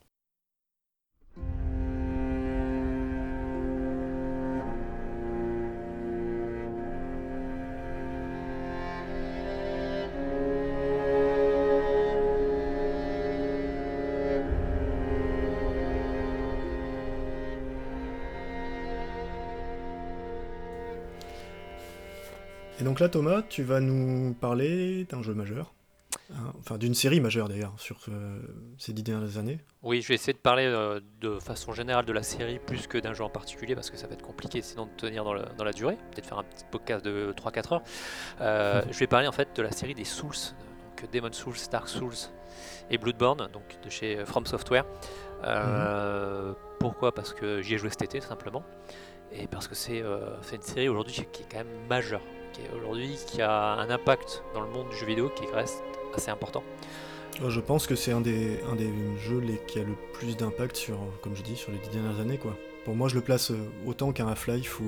Et donc là, Thomas, tu vas nous parler d'un jeu majeur. Enfin, d'une série majeure d'ailleurs, sur ces 10 dernières années. Oui, je vais essayer de parler de façon générale de la série plus que d'un jeu en particulier parce que ça va être compliqué sinon de tenir dans la durée. Peut-être faire un petit podcast de 3-4 heures. Je vais parler en fait de la série des Souls, donc Demon Souls, Dark Souls et Bloodborne, donc de chez From Software. Mhm. Pourquoi? Parce que j'y ai joué cet été tout simplement, et parce que c'est une série aujourd'hui qui est quand même majeure, qui a un impact dans le monde du jeu vidéo qui reste assez important. Je pense que c'est un des jeux qui a le plus d'impact sur, comme je dis, sur les 10 dernières années, quoi. Pour moi, je le place autant qu'un Half-Life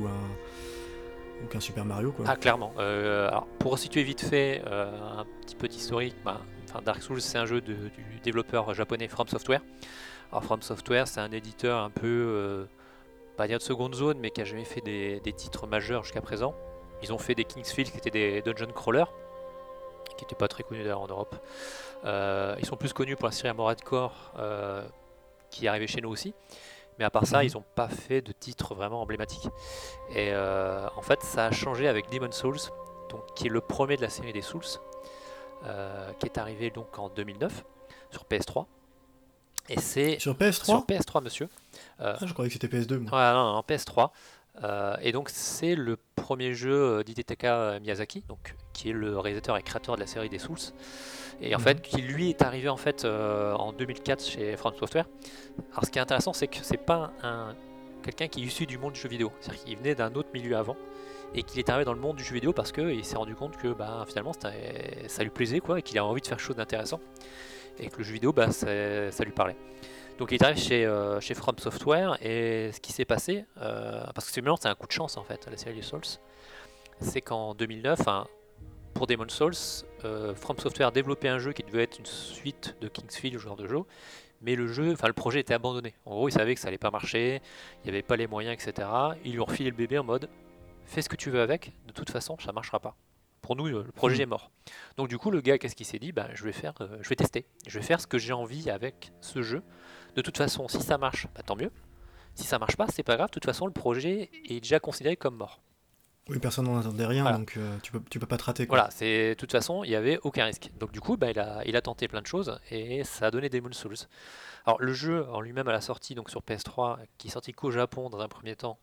ou qu'un Super Mario, quoi. Ah, clairement. Alors, pour situer vite fait un petit peu d'historique, Dark Souls, c'est un jeu du développeur japonais From Software. Alors, From Software, c'est un éditeur un peu, pas dire de seconde zone, mais qui a jamais fait des titres majeurs jusqu'à présent. Ils ont fait des Kingsfield qui étaient des dungeon crawlers, qui n'étaient pas très connus d'ailleurs en Europe. Ils sont plus connus pour la série Armored Core, qui est arrivée chez nous aussi. Mais à part ça, Mhm. ils n'ont pas fait de titre vraiment emblématique. Et en fait, ça a changé avec Demon's Souls, donc, qui est le premier de la série des Souls, qui est arrivé donc en 2009 sur PS3. Et c'est Sur sur PS3? PS3, monsieur. Euh, Ah, je croyais que c'était PS2, moi. ouais, non, en PS3. Et donc c'est le premier jeu d'Hidetaka Miyazaki, donc qui est le réalisateur et créateur de la série des Souls, et en Mhm. fait qui lui est arrivé en fait en 2004 chez From Software. Alors ce qui est intéressant, c'est que c'est pas quelqu'un qui est issu du monde du jeu vidéo, c'est-à-dire qu'il venait d'un autre milieu avant et qu'il est arrivé dans le monde du jeu vidéo parce qu'il s'est rendu compte que finalement ça lui plaisait quoi, et qu'il a envie de faire quelque chose d'intéressant et que le jeu vidéo ça lui parlait. Donc il est arrivé chez From Software, et ce qui s'est passé, parce que c'est un coup de chance en fait, la série des Souls, c'est qu'en 2009, pour Demon's Souls, From Software développait un jeu qui devait être une suite de Kingsfield, ce genre de jeu, mais le projet était abandonné. En gros, ils savaient que ça allait pas marcher, il n'y avait pas les moyens, etc. Ils lui ont refilé le bébé en mode fais ce que tu veux avec, de toute façon, ça marchera pas. Pour nous, le projet Mhm. est mort. Donc du coup, le gars, qu'est-ce qu'il s'est dit? Je vais tester, je vais faire ce que j'ai envie avec ce jeu. De toute façon, si ça marche, tant mieux. Si ça marche pas, c'est pas grave. De toute façon, le projet est déjà considéré comme mort. Oui, personne n'en attendait rien, Voilà. donc tu peux pas te rater, quoi. Voilà, de toute façon, il n'y avait aucun risque. Donc du coup, il a tenté plein de choses et ça a donné Demon's Souls. Alors le jeu en lui-même à la sortie, donc sur PS3, qui est sorti qu'au Japon dans un premier temps,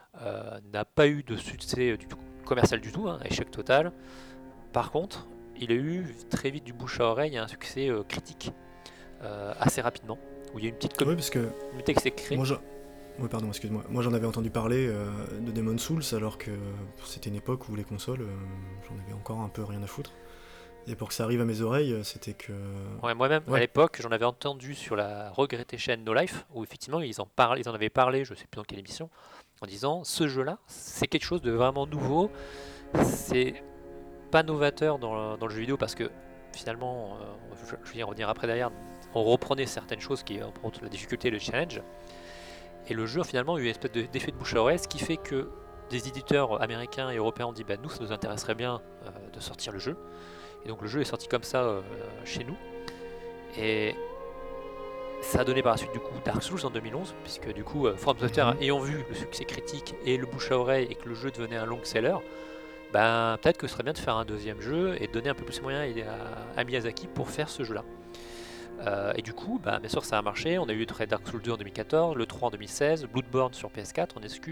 n'a pas eu de succès du tout, commercial du tout, hein, échec total. Par contre, il a eu très vite du bouche à oreille un succès critique assez rapidement, où il y a une petite Oui, parce que communauté qui s'est créée. Oui, pardon, excuse-moi. Moi, j'en avais entendu parler de Demon's Souls, alors que c'était une époque où les consoles, j'en avais encore un peu rien à foutre. Et pour que ça arrive à mes oreilles, c'était que... Ouais, moi-même, à l'époque, j'en avais entendu sur la regrettée chaîne No Life, où effectivement, ils en avaient parlé, je sais plus dans quelle émission, en disant, ce jeu-là, c'est quelque chose de vraiment nouveau, c'est pas novateur dans le jeu vidéo, parce que finalement, je vais y revenir après derrière, on reprenait certaines choses qui ont la difficulté et le challenge, et le jeu finalement a eu une espèce d'effet de bouche à oreille, ce qui fait que des éditeurs américains et européens ont dit, bah, nous, ça nous intéresserait bien de sortir le jeu. Et donc le jeu est sorti comme ça chez nous. Et ça a donné par la suite du coup Dark Souls en 2011, puisque du coup From Software ayant vu le succès critique et le bouche à oreille et que le jeu devenait un long seller, ben peut-être que ce serait bien de faire un deuxième jeu et de donner un peu plus de moyens à Miyazaki pour faire ce jeu-là. Et du coup, bah, bien sûr ça a marché, on a eu Dark Souls 2 en 2014, le 3 en 2016, Bloodborne sur PS4 en exclu.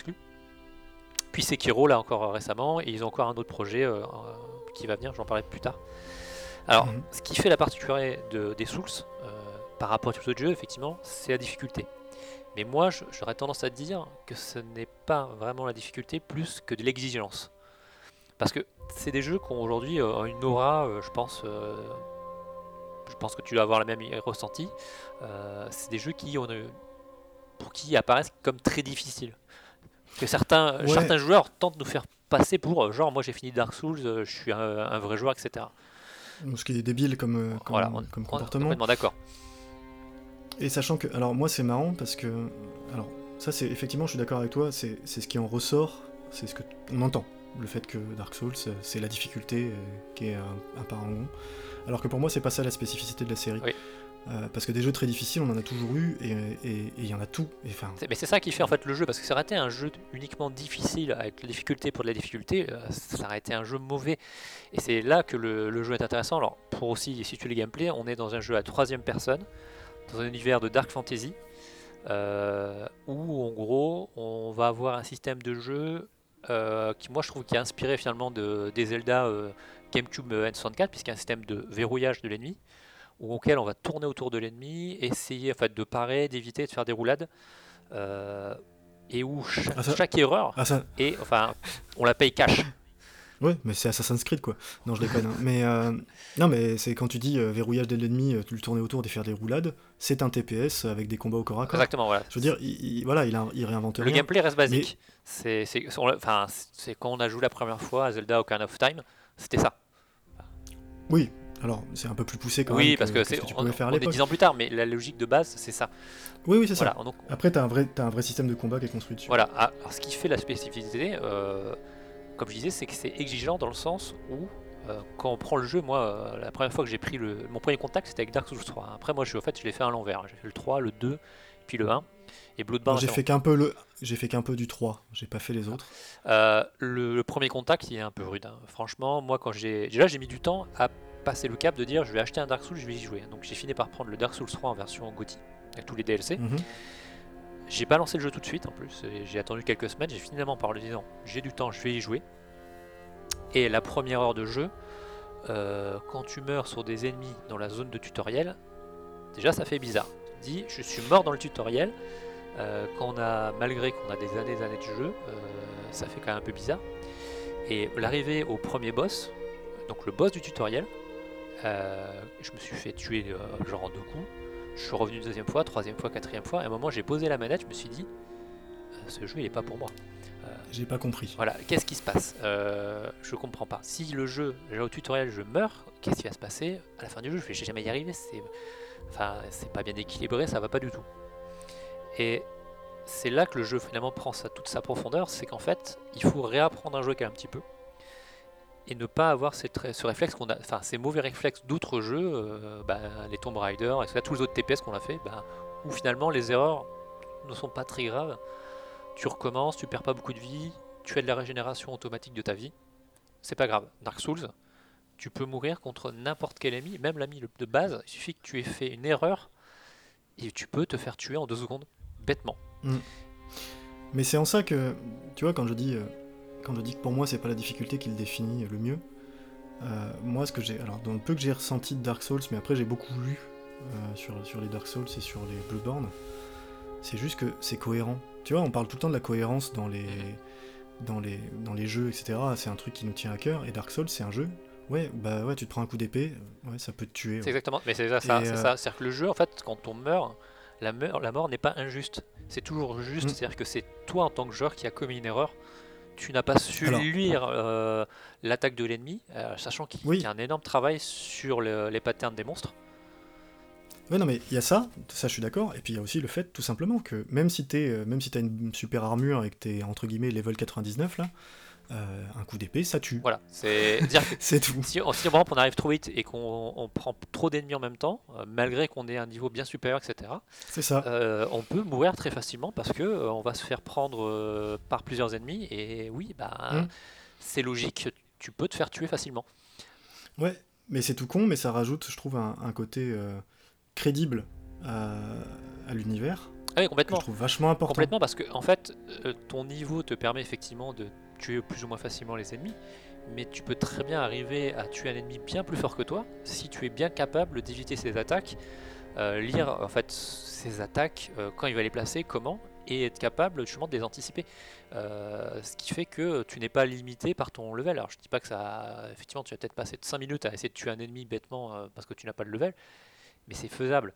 Puis Sekiro là encore récemment, et ils ont encore un autre projet qui va venir, j'en parlerai plus tard. Alors, ce qui fait la particularité des Souls par rapport à tous les autres jeux, effectivement, c'est la difficulté. Mais moi, j'aurais tendance à dire que ce n'est pas vraiment la difficulté plus que de l'exigence. Parce que c'est des jeux qui ont aujourd'hui une aura, je pense que tu dois avoir la même ressenti. C'est des jeux pour qui apparaissent comme très difficiles. Que certains joueurs tentent de nous faire passer pour genre moi j'ai fini Dark Souls, je suis un vrai joueur, etc. Ce qui est débile comme comportement. On est complètement d'accord. Et sachant que, alors moi c'est marrant parce que, alors ça c'est effectivement, je suis d'accord avec toi, c'est ce qui en ressort, c'est ce que on entend, le fait que Dark Souls c'est la difficulté qui est un parangon, alors que pour moi c'est pas ça la spécificité de la série. Oui. Parce que des jeux très difficiles, on en a toujours eu, et il y en a tout. Mais c'est ça qui fait en fait le jeu, parce que ça aurait été un jeu uniquement difficile, avec la difficulté pour de la difficulté, ça aurait été un jeu mauvais. Et c'est là que le jeu est intéressant. Alors, pour aussi situer les gameplays, on est dans un jeu à troisième personne, dans un univers de Dark Fantasy, où en gros, on va avoir un système de jeu qui, moi, je trouve qui est inspiré finalement des Zelda GameCube N64, puisqu'il y a un système de verrouillage de l'ennemi, auquel on va tourner autour de l'ennemi, essayer en fait, de parer, d'éviter, de faire des roulades, et où chaque erreur, on la paye cash. Ouais, mais c'est Assassin's Creed quoi. Non, je déconne. Mais non, mais c'est quand tu dis verrouillage de l'ennemi, tu le tourner autour et faire des roulades, c'est un TPS avec des combats au corps à corps. Exactement, voilà. Je veux dire, il réinvente rien. Le gameplay reste basique. Mais... c'est quand on a joué la première fois à Zelda Ocarina of Time, c'était ça. Oui. Alors, c'est un peu plus poussé quand même. Oui, parce que on est 10 ans plus tard, mais la logique de base, c'est ça. Oui, c'est ça. Donc, après, t'as un vrai système de combat qui est construit dessus. Voilà. Alors, ce qui fait la spécificité, comme je disais, c'est que c'est exigeant dans le sens où, quand on prend le jeu, moi, la première fois que j'ai pris mon premier contact, c'était avec Dark Souls 3. Après, moi, je l'ai fait à l'envers. J'ai fait le 3, le 2, puis le 1. Et Bloodborne. J'ai fait qu'un peu du 3. J'ai pas fait les autres. Le premier contact, il est un peu rude. Hein. Franchement, moi, j'ai mis du temps à passer le cap de dire je vais acheter un Dark Souls, je vais y jouer. Donc j'ai fini par prendre le Dark Souls 3 en version GOTY avec tous les DLC. J'ai pas lancé le jeu tout de suite en plus, j'ai attendu quelques semaines, j'ai finalement par le disant j'ai du temps, je vais y jouer. Et la première heure de jeu, quand tu meurs sur des ennemis dans la zone de tutoriel, déjà ça fait bizarre. Tu dis je suis mort dans le tutoriel, malgré qu'on a des années de jeu, ça fait quand même un peu bizarre. Et l'arrivée au premier boss, donc le boss du tutoriel, je me suis fait tuer genre en 2 coups. Je suis revenu une deuxième fois, troisième fois, quatrième fois. Et à un moment, j'ai posé la manette, je me suis dit, ce jeu, il est pas pour moi. J'ai pas compris. Voilà, qu'est-ce qui se passe Je comprends pas. Si le jeu, au tutoriel, je meurs, qu'est-ce qui va se passer à la fin du jeu? Je vais jamais y arriver. C'est pas bien équilibré, ça va pas du tout. Et c'est là que le jeu finalement prend toute sa profondeur, c'est qu'en fait, il faut réapprendre à jouer un petit peu. Et ne pas avoir ce réflexe qu'on a, enfin ces mauvais réflexes d'autres jeux, les Tomb Raider, et tous les autres TPS qu'on a fait, où finalement les erreurs ne sont pas très graves. Tu recommences, tu perds pas beaucoup de vie, tu as de la régénération automatique de ta vie, c'est pas grave. Dark Souls, tu peux mourir contre n'importe quel ennemi, même l'ami de base, il suffit que tu aies fait une erreur et tu peux te faire tuer en 2 secondes, bêtement. Mais c'est en ça que, tu vois, quand je dis que pour moi c'est pas la difficulté qui le définit le mieux, moi ce que j'ai, alors dans le peu que j'ai ressenti de Dark Souls, mais après j'ai beaucoup lu sur les Dark Souls et sur les Bloodborne, c'est juste que c'est cohérent. Tu vois, on parle tout le temps de la cohérence dans les jeux, etc. C'est un truc qui nous tient à cœur, et Dark Souls c'est un jeu. Ouais, bah ouais, tu te prends un coup d'épée, ouais, ça peut te tuer. C'est Ouais. exactement, mais c'est ça, c'est ça. C'est-à-dire que le jeu, en fait, quand on meurt, la mort n'est pas injuste. C'est toujours juste, Mm. c'est-à-dire que c'est toi en tant que joueur qui a commis une erreur. Tu n'as pas su Alors, lire l'attaque de l'ennemi, sachant qu'il y oui, a un énorme travail sur les patterns des monstres. ouais, non, mais il y a ça je suis d'accord, et puis il y a aussi le fait, tout simplement, que même si t'as une super armure et que t'es, entre guillemets, level 99, là, un coup d'épée, ça tue. Voilà, c'est dire que C'est tout. si vraiment on arrive trop vite et qu'on prend trop d'ennemis en même temps, malgré qu'on ait un niveau bien supérieur, etc., C'est ça. on peut mourir très facilement parce que on va se faire prendre par plusieurs ennemis et oui, bah, Mm. c'est logique, tu peux te faire tuer facilement. Ouais, mais c'est tout con, mais ça rajoute, je trouve, un côté crédible à l'univers, Ah oui, que je complètement. trouve vachement important. Complètement, parce que en fait, ton niveau te permet effectivement de tuer plus ou moins facilement les ennemis, mais tu peux très bien arriver à tuer un ennemi bien plus fort que toi si tu es bien capable d'éviter ses attaques, lire en fait ses attaques, quand il va les placer, comment, et être capable justement de les anticiper. Ce qui fait que tu n'es pas limité par ton level. Alors je dis pas que ça, effectivement, tu vas peut-être passer 5 minutes à essayer de tuer un ennemi bêtement parce que tu n'as pas de level, mais c'est faisable.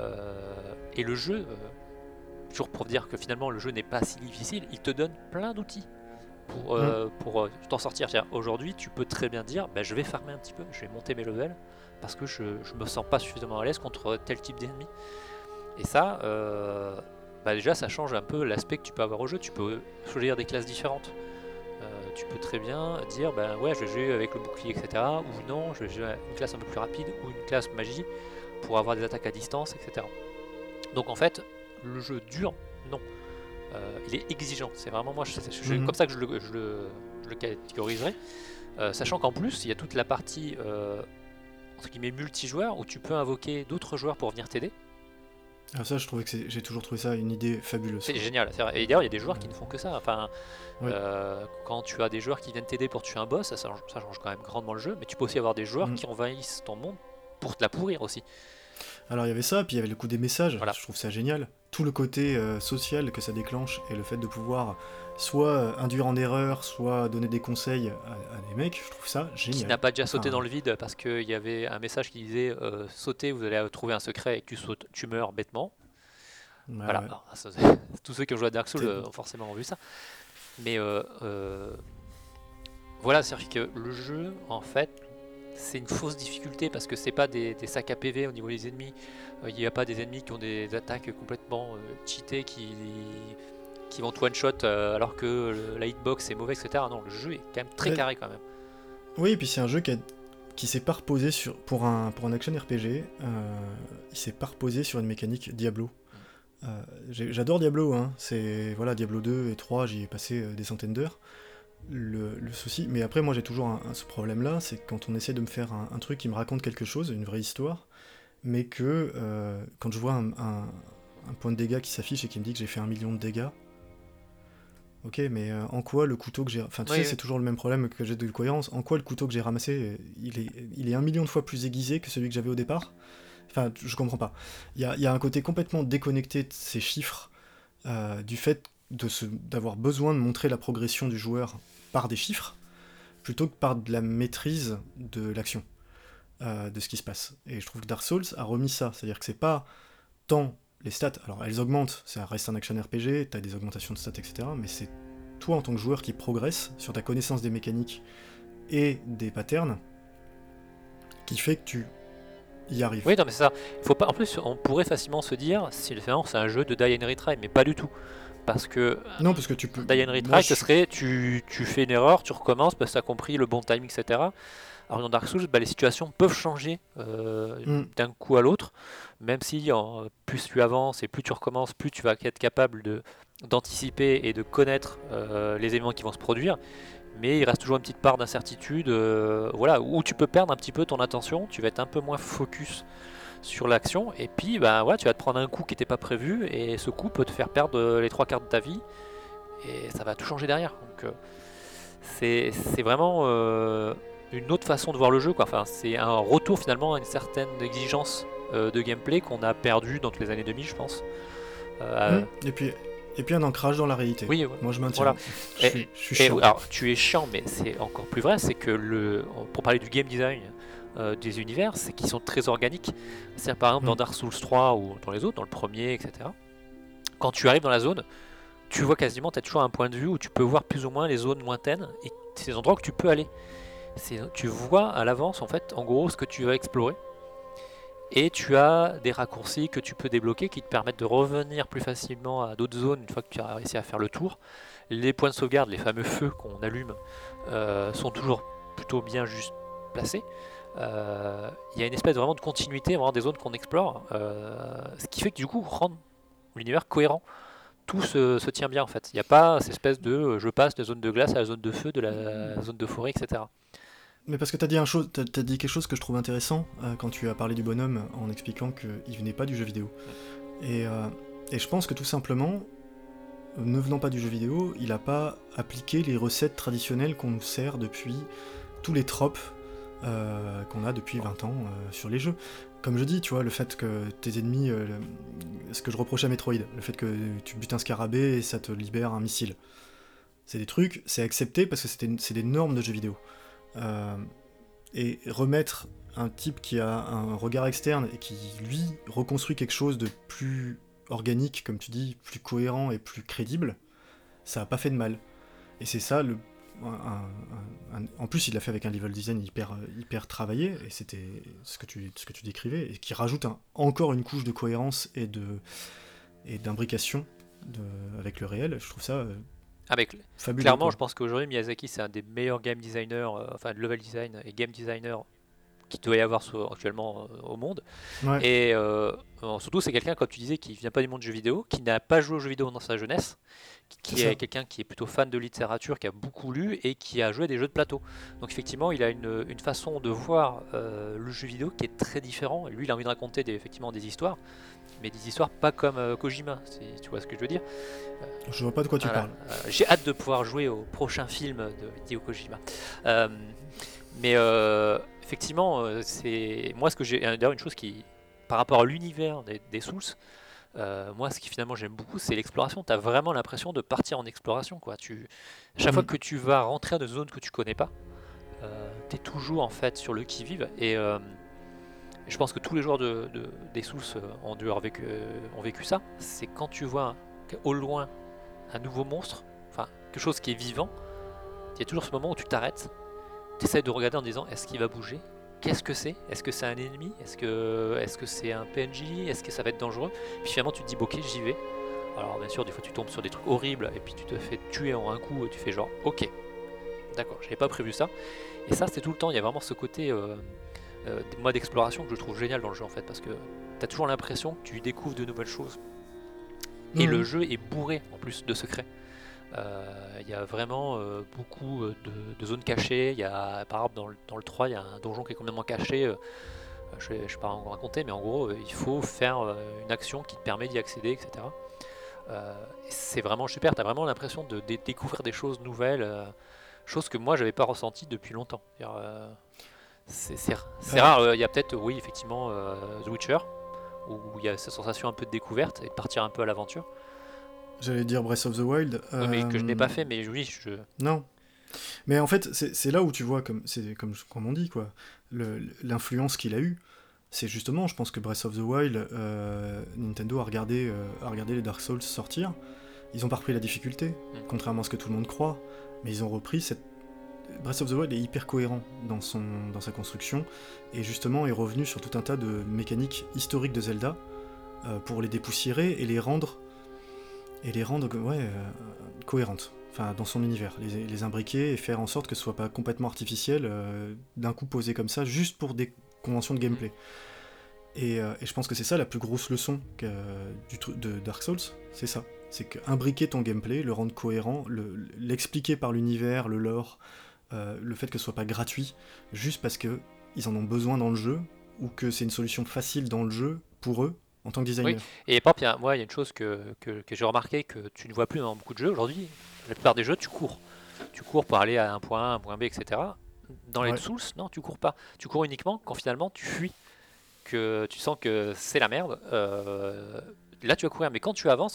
Et le jeu, toujours pour dire que finalement le jeu n'est pas si difficile, il te donne plein d'outils pour t'en sortir. Aujourd'hui, tu peux très bien dire bah, je vais farmer un petit peu, je vais monter mes levels parce que je me sens pas suffisamment à l'aise contre tel type d'ennemi. Et ça, bah déjà, ça change un peu l'aspect que tu peux avoir au jeu. Tu peux choisir des classes différentes. Tu peux très bien dire bah, ouais, je vais jouer avec le bouclier, etc. Ou non, je vais jouer une classe un peu plus rapide ou une classe magie pour avoir des attaques à distance, etc. Donc en fait, le jeu dur, non. Il est exigeant. C'est vraiment moi, comme ça que je le catégoriserai. Sachant qu'en plus, il y a toute la partie entre guillemets multijoueur où tu peux invoquer d'autres joueurs pour venir t'aider. Alors ça, j'ai toujours trouvé ça une idée fabuleuse. C'est génial. Et d'ailleurs, il y a des joueurs qui ne font que ça. Enfin, Oui. quand tu as des joueurs qui viennent t'aider pour tuer un boss, ça change quand même grandement le jeu. Mais tu peux aussi avoir des joueurs qui envahissent ton monde pour te la pourrir aussi. Alors il y avait ça, puis il y avait le coup des messages, Voilà. Je trouve ça génial. Tout le côté social que ça déclenche et le fait de pouvoir soit induire en erreur, soit donner des conseils à des mecs, je trouve ça génial. Qui n'a pas déjà sauté dans le vide parce qu'il y avait un message qui disait sautez, vous allez trouver un secret et que tu sautes, tu meurs bêtement. Ouais, voilà, ouais. alors, tous ceux qui ont joué à Dark Souls ont forcément vu ça. Mais voilà, c'est-à-dire que le jeu, en fait, c'est une fausse difficulté parce que c'est pas des sacs à PV au niveau des ennemis. Il n'y a pas des ennemis qui ont des attaques complètement cheatées qui vont te one-shot alors que la hitbox est mauvaise, etc. Non, le jeu est quand même très carré quand même. Oui, et puis c'est un jeu qui s'est pas reposé pour un action RPG, il s'est pas reposé sur une mécanique Diablo. J'adore Diablo, hein. Voilà, Diablo 2 et 3, j'y ai passé des centaines d'heures. Le souci, mais après moi j'ai toujours ce problème là, c'est quand on essaie de me faire un truc qui me raconte quelque chose, une vraie histoire, mais que quand je vois un point de dégâts qui s'affiche et qui me dit que j'ai fait 1 million de dégâts, ok, mais en quoi le couteau que j'ai... Enfin tu sais, c'est toujours le même problème que j'ai de cohérence, en quoi le couteau que j'ai ramassé, il est 1 million de fois plus aiguisé que celui que j'avais au départ. Enfin, je comprends pas. Il y a un côté complètement déconnecté de ces chiffres, du fait d'avoir besoin de montrer la progression du joueur par des chiffres, plutôt que par de la maîtrise de l'action, de ce qui se passe. Et je trouve que Dark Souls a remis ça, c'est-à-dire que c'est pas tant les stats, alors elles augmentent, ça reste un action RPG, t'as des augmentations de stats, etc., mais c'est toi en tant que joueur qui progresse sur ta connaissance des mécaniques et des patterns, qui fait que tu y arrives. Oui, non, mais c'est ça. Faut pas... En plus, on pourrait facilement se dire, c'est un jeu de die and retry, mais pas du tout. Parce que non, parce que tu peux. Die and retry, ce serait tu fais une erreur, tu recommences parce que tu as compris le bon timing, etc. Alors dans Dark Souls, les situations peuvent changer d'un coup à l'autre, même si plus tu avances et plus tu recommences, plus tu vas être capable d'anticiper et de connaître les éléments qui vont se produire. Mais il reste toujours une petite part d'incertitude, voilà, où tu peux perdre un petit peu ton attention, tu vas être un peu moins focus sur l'action, et puis bah, ouais, tu vas te prendre un coup qui n'était pas prévu, et ce coup peut te faire perdre les 3 quarts de ta vie, et ça va tout changer derrière. Donc c'est vraiment une autre façon de voir le jeu, quoi. Enfin, c'est un retour finalement à une certaine exigence de gameplay qu'on a perdu dans toutes les années 2000, je pense. Et puis un ancrage dans la réalité. Oui, moi je maintiens. voilà. Je suis chiant. Alors, tu es chiant, mais c'est encore plus vrai, c'est que pour parler du game design des univers, c'est qu'ils sont très organiques. C'est par exemple dans Dark Souls 3 ou dans les autres, dans le premier, etc. Quand tu arrives dans la zone, tu vois quasiment, tu as toujours un point de vue où tu peux voir plus ou moins les zones lointaines et ces endroits que tu peux aller. Tu vois à l'avance, en fait, en gros, ce que tu vas explorer. Et tu as des raccourcis que tu peux débloquer qui te permettent de revenir plus facilement à d'autres zones une fois que tu as réussi à faire le tour. Les points de sauvegarde, les fameux feux qu'on allume, sont toujours plutôt bien juste placés. Il y a une espèce vraiment de continuité vraiment des zones qu'on explore, ce qui fait que du coup rendre l'univers cohérent. Tout se tient bien en fait. Il n'y a pas cette espèce de je passe de la zone de glace à la zone de feu, de la zone de forêt, etc. Mais parce que t'as dit quelque chose que je trouve intéressant quand tu as parlé du bonhomme en expliquant qu'il venait pas du jeu vidéo. Et je pense que tout simplement, ne venant pas du jeu vidéo, il a pas appliqué les recettes traditionnelles qu'on nous sert depuis tous les tropes qu'on a depuis 20 ans sur les jeux. Comme je dis, tu vois, le fait que tes ennemis, ce que je reproche à Metroid, le fait que tu butes un scarabée et ça te libère un missile. C'est des trucs, c'est accepté parce que c'est des normes de jeux vidéo. Et remettre un type qui a un regard externe et qui, lui, reconstruit quelque chose de plus organique, comme tu dis, plus cohérent et plus crédible, ça a pas fait de mal. Et c'est ça, en plus, il l'a fait avec un level design hyper travaillé, et c'était ce que tu décrivais, et qui rajoute encore une couche de cohérence et d'imbrication avec le réel. Je trouve ça fabuleux. Clairement, quoi. je pense qu'aujourd'hui, Miyazaki, c'est un des meilleurs game designers, enfin level design et game designer qu'il doit y avoir actuellement au monde. Ouais. Et surtout, c'est quelqu'un, comme tu disais, qui vient pas du monde du jeu vidéo, qui n'a pas joué aux jeux vidéo dans sa jeunesse, qui est quelqu'un qui est plutôt fan de littérature, qui a beaucoup lu et qui a joué à des jeux de plateau. Donc effectivement, il a une façon de voir le jeu vidéo qui est très différent. Et lui, il a envie de raconter effectivement des histoires, mais des histoires pas comme Kojima, si tu vois ce que je veux dire. Je vois pas de quoi tu parles. J'ai hâte de pouvoir jouer au prochain film de Hideo Kojima. Mais effectivement, c'est moi ce que j'ai. D'ailleurs, une chose qui, par rapport à l'univers des Souls, moi, ce qui finalement j'aime beaucoup, c'est l'exploration. Tu as vraiment l'impression de partir en exploration, quoi. Chaque fois que tu vas rentrer dans une zone que tu connais pas, tu es toujours en fait sur le qui-vive. Et je pense que tous les joueurs des Souls ont vécu ça. C'est quand tu vois au loin un nouveau monstre, enfin quelque chose qui est vivant, il y a toujours ce moment où tu t'arrêtes, tu essaies de regarder en disant est-ce qu'il va bouger? Qu'est-ce que c'est? Est-ce que c'est un ennemi? Est-ce que c'est un PNJ? Est-ce que ça va être dangereux? Puis finalement tu te dis ok, j'y vais. Alors bien sûr des fois tu tombes sur des trucs horribles et puis tu te fais tuer en un coup et tu fais genre ok, d'accord, j'avais pas prévu ça. Et ça c'est tout le temps, il y a vraiment ce côté moi d'exploration que je trouve génial dans le jeu en fait, parce que tu as toujours l'impression que tu découvres de nouvelles choses. Et le jeu est bourré en plus de secrets. Il y a vraiment beaucoup de zones cachées. Il y a, par exemple dans le 3, il y a un donjon qui est complètement caché. Je vais pas en raconter, mais en gros, il faut faire une action qui te permet d'y accéder, etc. C'est vraiment super. Tu as vraiment l'impression de découvrir des choses nouvelles, choses que moi, j'avais pas ressenties depuis longtemps. C'est rare. Il y a peut-être, oui, effectivement, The Witcher, où il y a cette sensation un peu de découverte et de partir un peu à l'aventure. J'allais dire Breath of the Wild. Oui, mais que je n'ai pas fait, mais oui, Non. Mais en fait, c'est là où tu vois, comme on dit, quoi, l'influence qu'il a eue. C'est justement, je pense que Breath of the Wild, Nintendo a regardé les Dark Souls sortir. Ils ont pas repris la difficulté, contrairement à ce que tout le monde croit. Mais ils ont repris cette... Breath of the Wild est hyper cohérent dans sa construction, et justement est revenu sur tout un tas de mécaniques historiques de Zelda pour les dépoussiérer et les rendre cohérentes, enfin dans son univers, les imbriquer et faire en sorte que ce soit pas complètement artificiel d'un coup posé comme ça juste pour des conventions de gameplay. Et je pense que c'est ça la plus grosse leçon de Dark Souls, c'est ça. C'est qu'imbriquer ton gameplay, le rendre cohérent, l'expliquer par l'univers, le lore, le fait que ce soit pas gratuit, juste parce que ils en ont besoin dans le jeu, ou que c'est une solution facile dans le jeu pour eux, en tant que designer. Oui, et par exemple, il y a une chose que j'ai remarqué que tu ne vois plus dans beaucoup de jeux aujourd'hui, la plupart des jeux, tu cours. Tu cours pour aller à un point A, un point B, etc. Dans les Ouais. Souls, non, tu cours pas. Tu cours uniquement quand finalement tu fuis, que tu sens que c'est la merde. Là, tu vas courir. Mais quand tu avances,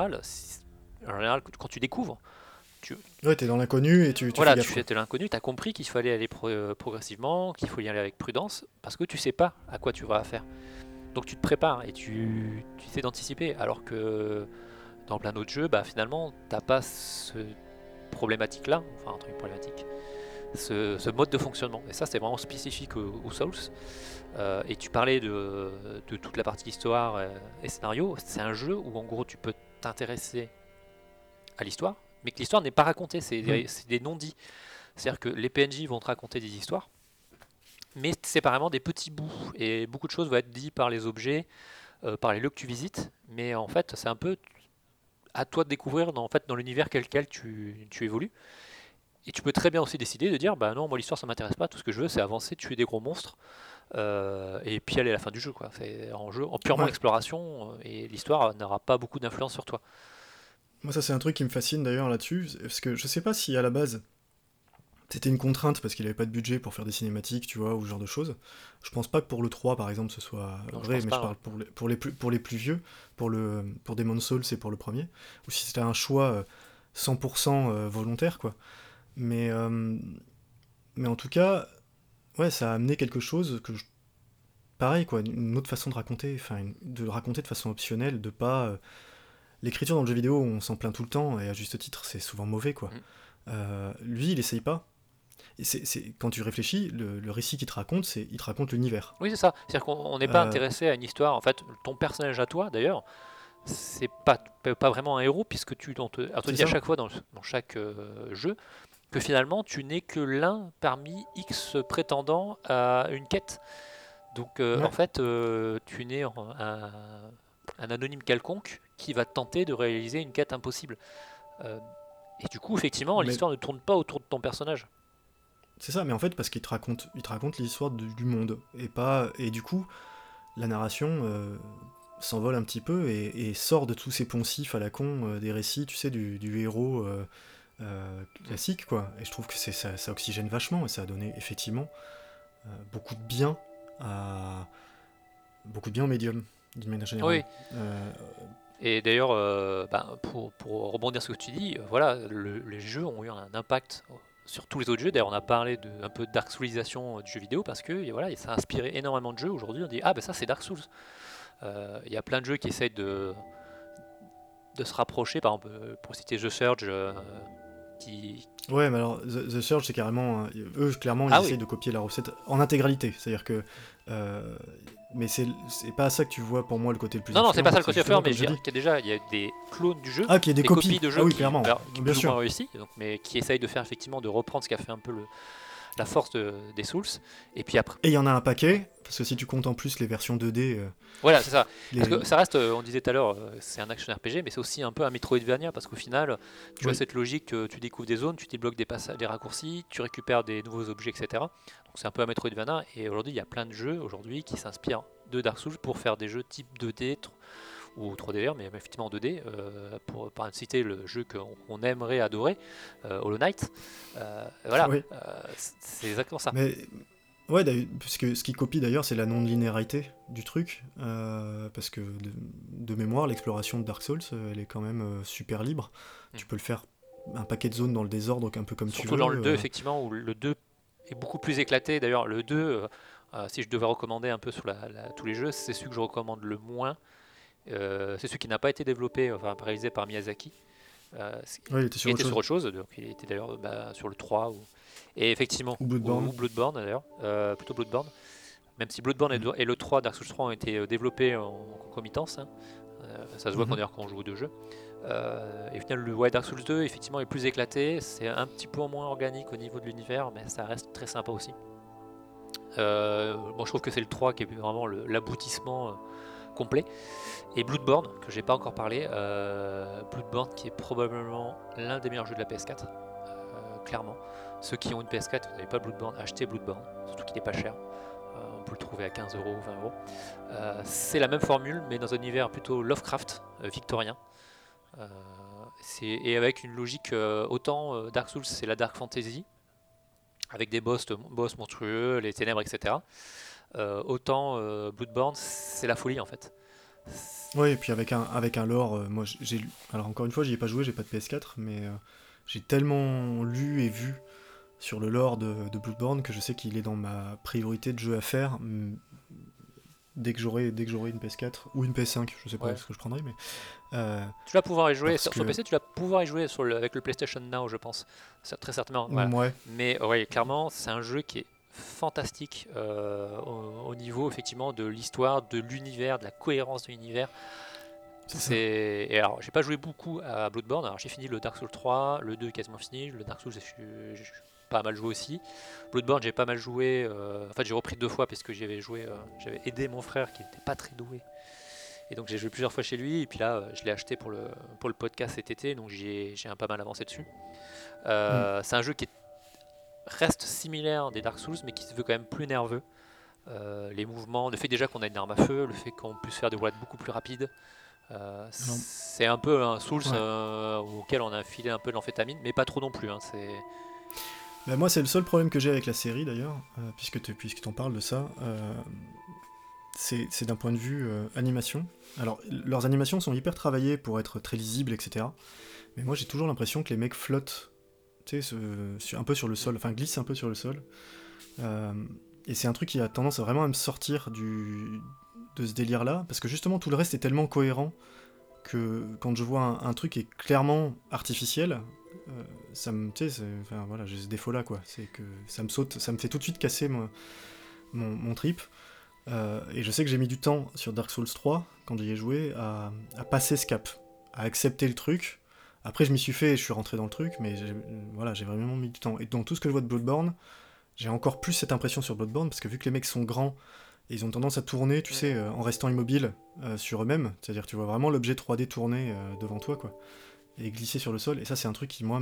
en général quand tu découvres, tu, Ouais, t'es dans l'inconnu et tu fais voilà, tu gaffe, quoi. fais de l'inconnu, tu as compris qu'il fallait aller progressivement, qu'il faut y aller avec prudence, parce que tu sais pas à quoi tu vas faire. Donc tu te prépares et tu sais d'anticiper. Alors que dans plein d'autres jeux, bah, finalement, t'as pas ce problématique-là, enfin un truc problématique, ce mode de fonctionnement. Et ça, c'est vraiment spécifique aux Souls. Et tu parlais de toute la partie histoire et scénario. C'est un jeu où en gros tu peux t'intéresser à l'histoire, mais que l'histoire n'est pas racontée, Hmm. c'est des non-dits. C'est-à-dire que les PNJ vont te raconter des histoires, mais séparément des petits bouts. Et beaucoup de choses vont être dites par les objets, par les lieux que tu visites, mais en fait, c'est un peu à toi de découvrir en fait, dans l'univers quel tu évolues. Et tu peux très bien aussi décider de dire, bah non, moi l'histoire ça m'intéresse pas, tout ce que je veux c'est avancer, tuer des gros monstres, et puis aller à la fin du jeu, quoi. C'est en jeu, en purement Ouais. exploration, et l'histoire n'aura pas beaucoup d'influence sur toi. Moi, ça, c'est un truc qui me fascine d'ailleurs là-dessus, parce que je sais pas si à la base c'était une contrainte parce qu'il avait pas de budget pour faire des cinématiques, tu vois, ou ce genre de choses. Je pense pas que pour le 3 par exemple ce soit Non, je vrai, pense mais je pas, hein. parle pour les plus vieux, pour Demon's Souls et pour le premier, ou si c'était un choix 100% volontaire, quoi. Mais, euh, mais en tout cas, ouais, ça a amené quelque chose pareil, quoi, une autre façon de raconter, enfin, de raconter de façon optionnelle, de pas. L'écriture dans le jeu vidéo, on s'en plaint tout le temps, et à juste titre, c'est souvent mauvais, quoi. Mm. Lui, il essaye pas. Et quand tu réfléchis, le récit qu'il te raconte, il te raconte l'univers. Oui, c'est ça. C'est-à-dire qu'on n'est pas Euh, intéressé à une histoire. En fait, ton personnage à toi, d'ailleurs, c'est pas vraiment un héros, puisque on te c'est dit à ça. chaque fois dans chaque jeu que finalement tu n'es que l'un parmi X prétendants à une quête. Donc en Ouais. fait, tu n'es un anonyme quelconque qui va tenter de réaliser une quête impossible. Euh, et du coup, effectivement, Mais l'histoire ne tourne pas autour de ton personnage. c'est ça, mais en fait, parce il te raconte l'histoire du monde. Et pas. Et du coup, la narration s'envole un petit peu et sort de tous ces poncifs à la con des récits, tu sais, du héros Mm. classique, quoi. Et je trouve que ça oxygène vachement et ça a donné effectivement beaucoup de bien à. Beaucoup de bien au médium, d'une manière générale. Oui, Euh, et d'ailleurs, pour rebondir sur ce que tu dis, voilà, les jeux ont eu un impact sur tous les autres jeux. D'ailleurs, on a parlé un peu de Dark Soulisation du jeu vidéo parce que et voilà, ça a inspiré énormément de jeux. Aujourd'hui, on dit ah ben ça c'est Dark Souls. Il y a plein de jeux qui essayent de se rapprocher, par exemple, pour citer The Surge, qui... Ouais, mais alors, The Surge, c'est carrément. Eux, clairement, ils Ah oui, essayent de copier la recette en intégralité. C'est-à-dire que. Mais c'est pas ça que tu vois pour moi le côté le plus non, non, c'est pas influent. ça le C'est côté fort, justement mais comme je je veux dis. dire qu'il y a déjà il y a des clones du jeu, Ah, qu'il y a des des copies copies. de Ah jeux oui, clairement. qui Bien plus ou moins sûr. réussis, donc, mais qui essayent de faire effectivement de reprendre ce qu'a fait un peu la force des Souls. Et puis après, Et il y en a un ouais. paquet, parce que si tu comptes en plus les versions 2D, Voilà, c'est ça. Parce les. que ça reste, on disait tout à l'heure, c'est un action RPG, mais c'est aussi un peu un Metroidvania, parce qu'au final, tu as Oui. cette logique que tu découvres des zones, tu débloques des passages, des raccourcis, tu récupères des nouveaux objets, etc. Donc c'est un peu un Metroidvania, et aujourd'hui, il y a plein de jeux aujourd'hui qui s'inspirent de Dark Souls pour faire des jeux type 2D ou 3D d'ailleurs, mais effectivement 2D, pour par exemple citer le jeu qu'on aimerait adorer, Hollow Knight. Voilà, Oui. c'est exactement ça. Mais. Ouais, puisque ce qui copie d'ailleurs, c'est la non-linéarité du truc. Parce que de mémoire, l'exploration de Dark Souls, elle est quand même super libre. Mm. Tu peux le faire un paquet de zones dans le désordre, un peu comme tu Surtout dans le veux. 2, effectivement, où le 2 est beaucoup plus éclaté. D'ailleurs, le 2, si je devais recommander un peu sur tous les jeux, c'est celui que je recommande le moins. C'est celui qui n'a pas été développé, enfin réalisé par Miyazaki. Ouais, il était Il sur autre était sur chose. autre chose, donc il était d'ailleurs sur le 3. Et effectivement, Ou ou Bloodborne. Bloodborne d'ailleurs, plutôt Bloodborne. Même si Bloodborne Mhm. et le 3, Dark Souls 3 ont été développés en concomitance, hein. Ça se voit Mhm. quand on joue aux deux jeux. Et au final, ouais, Dark Souls 2 effectivement est plus éclaté, c'est un petit peu moins organique au niveau de l'univers, mais ça reste très sympa aussi. Bon, je trouve que c'est le 3 qui est vraiment l'aboutissement complet. Et Bloodborne, que j'ai pas encore parlé, Bloodborne qui est probablement l'un des meilleurs jeux de la PS4, clairement. Ceux qui ont une PS4, vous n'avez pas Bloodborne, achetez Bloodborne, surtout qu'il n'est pas cher. On peut le trouver à 15 euros, 20 euros. C'est la même formule, mais dans un univers plutôt Lovecraft, victorien. et avec une logique autant Dark Souls c'est la Dark Fantasy avec des boss monstrueux, les ténèbres, etc. Autant Bloodborne c'est la folie en fait. Ouais, et puis avec un lore, moi j'ai lu. Alors encore une fois, j'y ai pas joué, j'ai pas de PS4, mais j'ai tellement lu et vu sur le lore de Bloodborne que je sais qu'il est dans ma priorité de jeu à faire dès que j'aurai une PS4 ou une PS5, je sais pas ce que je prendrai, mais. Tu vas pouvoir y jouer sur que... PC, tu vas pouvoir y jouer avec le PlayStation Now, je pense. Très certainement. Voilà. Ouais. Mais ouais, clairement, c'est un jeu qui est fantastique au niveau effectivement de l'histoire, de l'univers, de la cohérence de l'univers. Et alors, j'ai pas joué beaucoup à Bloodborne. Alors, j'ai fini le Dark Souls 3, le 2 est quasiment fini, le Dark Souls j'ai pas mal joué aussi. Bloodborne, j'ai pas mal joué. En fait, j'ai repris 2 fois parce que j'avais aidé mon frère qui n'était pas très doué. Et donc j'ai joué plusieurs fois chez lui, et puis là je l'ai acheté pour le podcast cet été, donc j'ai un pas mal avancé dessus. C'est un jeu qui reste similaire des Dark Souls, mais qui se veut quand même plus nerveux. Les mouvements, le fait déjà qu'on a une arme à feu, le fait qu'on puisse faire des roulades beaucoup plus rapides, c'est un peu un Souls auquel on a filé un peu de l'amphétamine, mais pas trop non plus. Hein, Bah moi c'est le seul problème que j'ai avec la série d'ailleurs, puisque t'en parles de ça. C'est d'un point de vue animation. Alors, leurs animations sont hyper travaillées pour être très lisibles, etc. Mais moi, j'ai toujours l'impression que les mecs flottent, tu sais, un peu sur le sol, enfin glissent un peu sur le sol. Et c'est un truc qui a tendance vraiment à me sortir de ce délire-là, parce que justement, tout le reste est tellement cohérent que quand je vois un truc qui est clairement artificiel, ça me, tu sais, enfin voilà, j'ai ce défaut-là, quoi. C'est que ça me saute, ça me fait tout de suite casser mon trip. Et je sais que j'ai mis du temps sur Dark Souls 3, quand j'y ai joué, à passer ce cap, à accepter le truc. Après, je m'y suis fait et je suis rentré dans le truc, mais j'ai vraiment mis du temps. Et dans tout ce que je vois de Bloodborne, j'ai encore plus cette impression sur Bloodborne, parce que vu que les mecs sont grands, et ils ont tendance à tourner, tu sais, en restant immobiles sur eux-mêmes, c'est-à-dire tu vois vraiment l'objet 3D tourner devant toi, quoi, et glisser sur le sol, et ça c'est un truc qui, moi,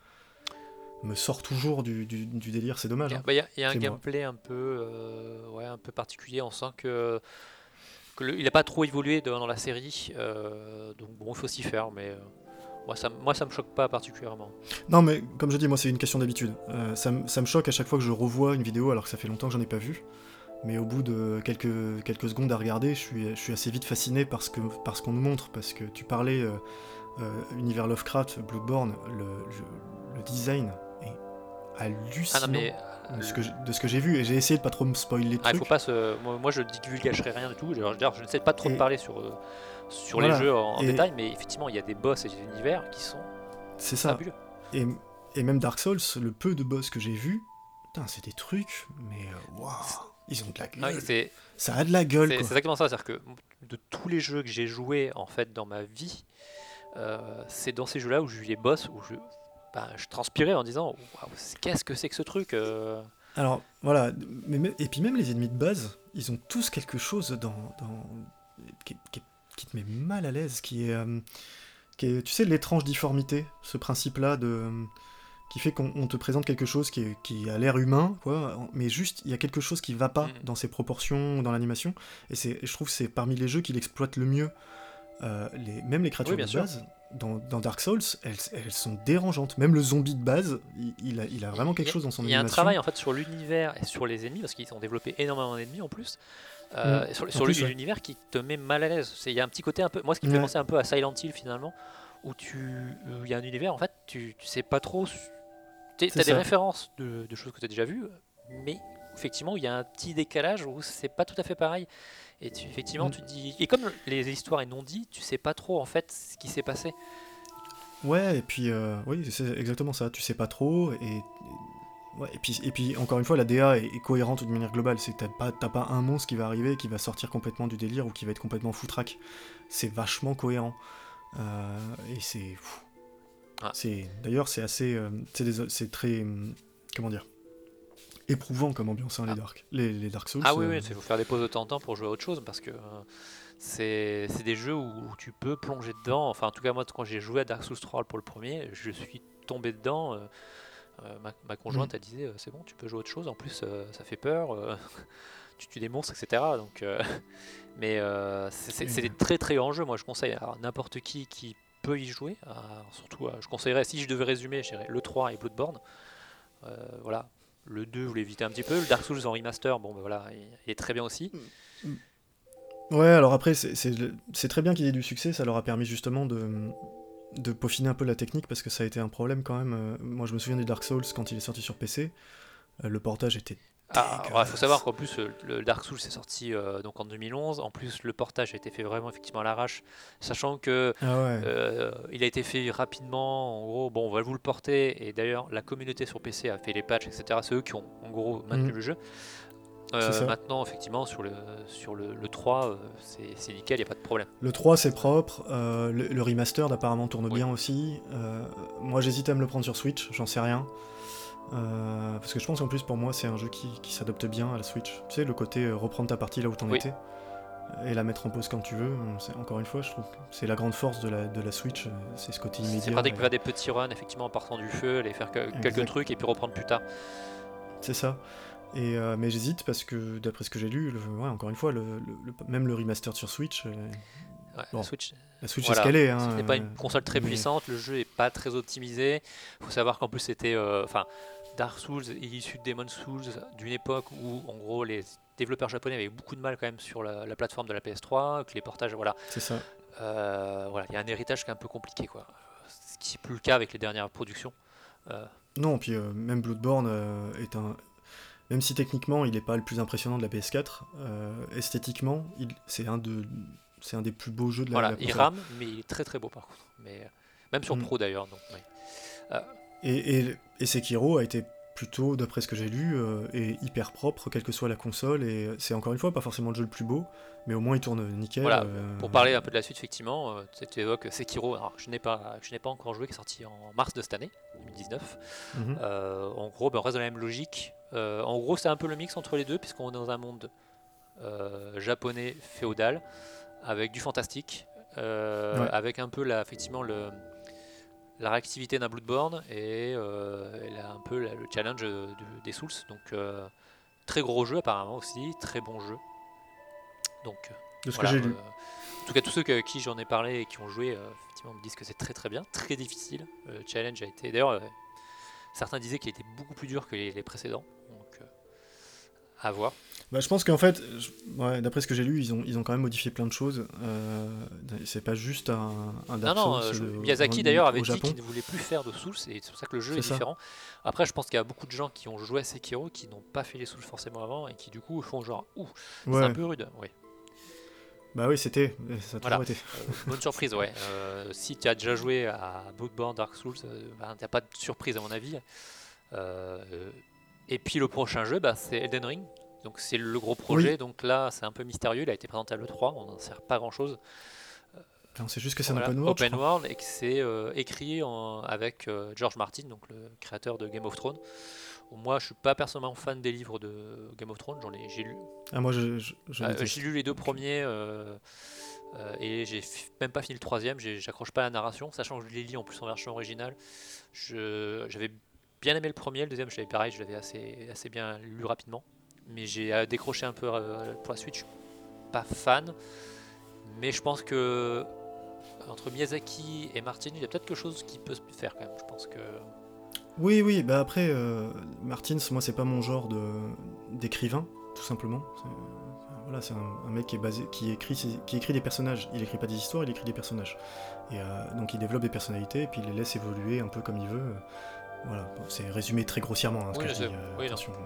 me sort toujours du délire, c'est dommage. Il y a un gameplay un peu particulier, on sent que il n'a pas trop évolué dans la série, donc bon, il faut s'y faire, mais moi ça me choque pas particulièrement. Non mais comme je dis, moi c'est une question d'habitude. Ça me choque à chaque fois que je revois une vidéo alors que ça fait longtemps que j'en ai pas vu, mais au bout de quelques secondes à regarder, je suis assez vite fasciné par ce qu'on nous montre, parce que tu parlais univers Lovecraft, Bloodborne, le design est hallucinant de ce que j'ai vu, et j'ai essayé de pas trop me spoiler les trucs. Faut pas moi je divulgagerai rien du tout, je ne sais pas trop de parler sur les jeux en détail, mais effectivement il y a des boss et des univers qui sont fabuleux. Et même Dark Souls, le peu de boss que j'ai vu, putain, c'est des trucs, mais waouh, ils ont de la gueule. Ça a de la gueule, quoi. C'est exactement ça, c'est-à-dire que de tous les jeux que j'ai joués en fait dans ma vie, c'est dans ces jeux-là où j'ai eu les boss où je transpirais en disant waouh, qu'est-ce que c'est que ce truc. Alors voilà, et puis même les ennemis de base, ils ont tous quelque chose qui te met mal à l'aise, qui est, tu sais, l'étrange difformité, ce principe-là qui fait qu'on te présente quelque chose qui a l'air humain, quoi, mais juste il y a quelque chose qui va pas dans ses proportions, dans l'animation, et je trouve que c'est parmi les jeux qui l'exploitent le mieux. Même les créatures de base, dans Dark Souls, elles sont dérangeantes. Même le zombie de base, il a vraiment quelque chose dans son animation. Il y a un travail en fait sur l'univers et sur les ennemis, parce qu'ils ont développé énormément d'ennemis en plus. Sur l'univers qui te met mal à l'aise. Il y a un petit côté un peu, moi ce qui me fait penser un peu à Silent Hill finalement, où il y a un univers en fait, tu sais pas trop. T'as des références de choses que tu as déjà vues, mais effectivement il y a un petit décalage où c'est pas tout à fait pareil. Et effectivement, tu te dis. Et comme les histoires est non dit, tu sais pas trop en fait ce qui s'est passé. Ouais, et puis oui, c'est exactement ça. Tu sais pas trop, et puis encore une fois, la DA est cohérente d'une manière globale. C'est t'as pas un monstre qui va arriver, qui va sortir complètement du délire ou qui va être complètement foutraque. C'est vachement cohérent. Et c'est. D'ailleurs, c'est assez. C'est très. Comment dire, éprouvant comme ambiance, hein, les Dark Souls. Ah oui, il faut faire des pauses de temps en temps pour jouer à autre chose, parce que c'est des jeux où tu peux plonger dedans. Enfin, en tout cas, moi, quand j'ai joué à Dark Souls 3 pour le premier, je suis tombé dedans. Ma conjointe, elle disait c'est bon, tu peux jouer à autre chose. En plus, ça fait peur. Tu tues des monstres, etc. Donc, mais c'est des très très grands jeux. Moi, je conseille à n'importe qui peut y jouer. Surtout, je conseillerais, si je devais résumer, je dirais le 3 et Bloodborne. Voilà. Le 2, vous l'évitez un petit peu. Le Dark Souls en remaster, bon, ben voilà, il est très bien aussi. Ouais, alors après, c'est très bien qu'il y ait du succès, ça leur a permis justement de peaufiner un peu la technique, parce que ça a été un problème quand même. Moi, je me souviens du Dark Souls quand il est sorti sur PC, le portage était Il faut savoir dégueulasse. qu'en plus, le Dark Souls est sorti donc en 2011. En plus, le portage a été fait vraiment effectivement à l'arrache, sachant que Ah ouais, il a été fait rapidement. En gros, bon, on va vous le porter. Et d'ailleurs, la communauté sur PC a fait les patchs, etc. C'est eux qui ont en gros maintenu Mhm, le jeu. c'est ça. Maintenant, effectivement, sur le 3, c'est nickel, il n'y a pas de problème. Le 3 c'est propre, le remastered apparemment tourne Oui. bien aussi. Moi j'hésite à me le prendre sur Switch, j'en sais rien. Parce que je pense qu'en plus pour moi c'est un jeu qui s'adapte bien à la Switch. Tu sais, le côté reprendre ta partie là où t'en Oui. étais et la mettre en pause quand tu veux. Encore une fois, je trouve que c'est la grande force de la Switch, c'est ce côté C'est immédiat. pratique de faire des petits runs, effectivement, en partant du feu, aller faire quelques trucs et puis reprendre plus tard. C'est ça. Mais j'hésite parce que d'après ce que j'ai lu, ouais, encore une fois, même le remastered sur Switch, Ouais, bon, Switch, la Switch est ce voilà, qu'elle est, hein, c'était pas une console très mais puissante, le jeu est pas très optimisé. Il faut savoir qu'en plus c'était, Dark Souls est issu de Demon's Souls d'une époque où en gros les développeurs japonais avaient beaucoup de mal quand même sur la plateforme de la PS3, que les portages, voilà, c'est ça. voilà, il y a un héritage qui est un peu compliqué quoi. Ce qui n'est plus le cas avec les dernières productions. Euh, Non, puis même Bloodborne est un. Même si techniquement il n'est pas le plus impressionnant de la PS4, esthétiquement, c'est un des plus beaux jeux de voilà, la il console. rame, mais il est très très beau par contre. Mais même sur Mm. Pro d'ailleurs, donc. Ouais. Euh, Et Sekiro a été plutôt, d'après ce que j'ai lu, est hyper propre, quelle que soit la console, et c'est encore une fois pas forcément le jeu le plus beau, mais au moins il tourne nickel. Voilà, pour parler un peu de la suite, effectivement, tu évoques Sekiro. Alors, je n'ai pas encore joué, qui est sorti en mars de cette année, 2019. Mhm. En gros, on reste dans la même logique. En gros, c'est un peu le mix entre les deux, puisqu'on est dans un monde japonais féodal, avec du fantastique, Ouais, avec un peu effectivement la réactivité d'un Bloodborne et un peu le challenge des Souls. Donc, très gros jeu apparemment aussi, très bon jeu. Donc, de ce que voilà. j'ai lu. En tout cas, tous ceux à qui j'en ai parlé et qui ont joué, effectivement, me disent que c'est très très bien, très difficile. Le challenge a été. D'ailleurs, certains disaient qu'il était beaucoup plus dur que les précédents. Donc, à voir. Bah, je pense qu'en fait, ouais, d'après ce que j'ai lu, ils ont quand même modifié plein de choses. C'est pas juste un Non, Dark non, Souls Miyazaki d'ailleurs avait au dit Japon, qu'il ne voulait plus faire de Souls et c'est pour ça que le jeu est c'est ça. différent. Après, je pense qu'il y a beaucoup de gens qui ont joué à Sekiro qui n'ont pas fait les Souls forcément avant et qui du coup font genre, ouh, c'est un Ouais, peu rude. Oui, bah oui, ça a voilà. toujours été. Bonne surprise, ouais. Si tu as déjà joué à Bloodborne, Dark Souls, t'as pas de surprise à mon avis. Euh, et puis le prochain jeu, c'est Elden Ring. Donc c'est le gros Oui, projet. Donc là, c'est un peu mystérieux. Il a été présenté à l'E3. On n'en sait pas grand-chose. non, c'est juste que c'est un Voilà, open world, je open crois. world et que c'est écrit avec George Martin, donc le créateur de Game of Thrones. Moi, je suis pas personnellement fan des livres de Game of Thrones. J'ai lu, Ah, moi, je j'ai déteste. lu les deux Donc, premiers et j'ai même pas fini le troisième. J'accroche pas à la narration, sachant que je les lis en plus en version originale. J'avais bien aimé le premier, le deuxième, je l'avais pareil, je l'avais assez bien lu rapidement. Mais j'ai décroché un peu pour la suite. Je suis pas fan, mais je pense que entre Miyazaki et Martin, il y a peut-être quelque chose qui peut se faire quand même. Je pense que. oui, oui, bah après, Martins, moi, c'est pas mon genre d'écrivain, tout simplement. Voilà, c'est un mec qui écrit des personnages. Il écrit pas des histoires, il écrit des personnages. Et donc il développe des personnalités et puis il les laisse évoluer un peu comme il veut. Voilà, bon, c'est résumé très grossièrement ce Oui, que je je dis, sais. Oui, non. attention.